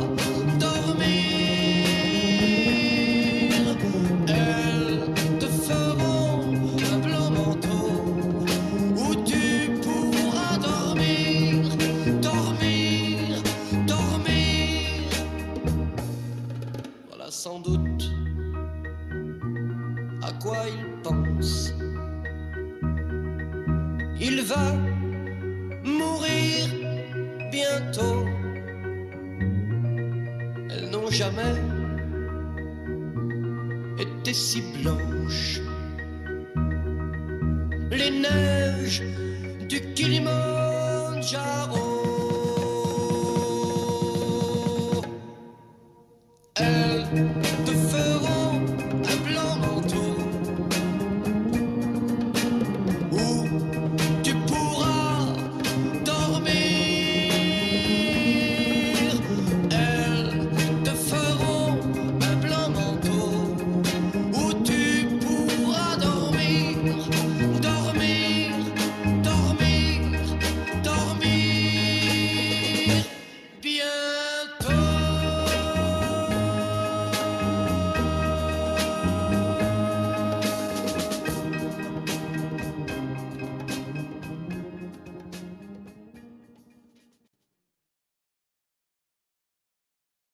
C: dormir. Elles te feront un blanc manteau où tu pourras dormir, dormir, dormir. Voilà sans doute à quoi il pense. Il va mourir bientôt. Elles n'ont jamais été si blanches. Les neiges du Kilimandjaro.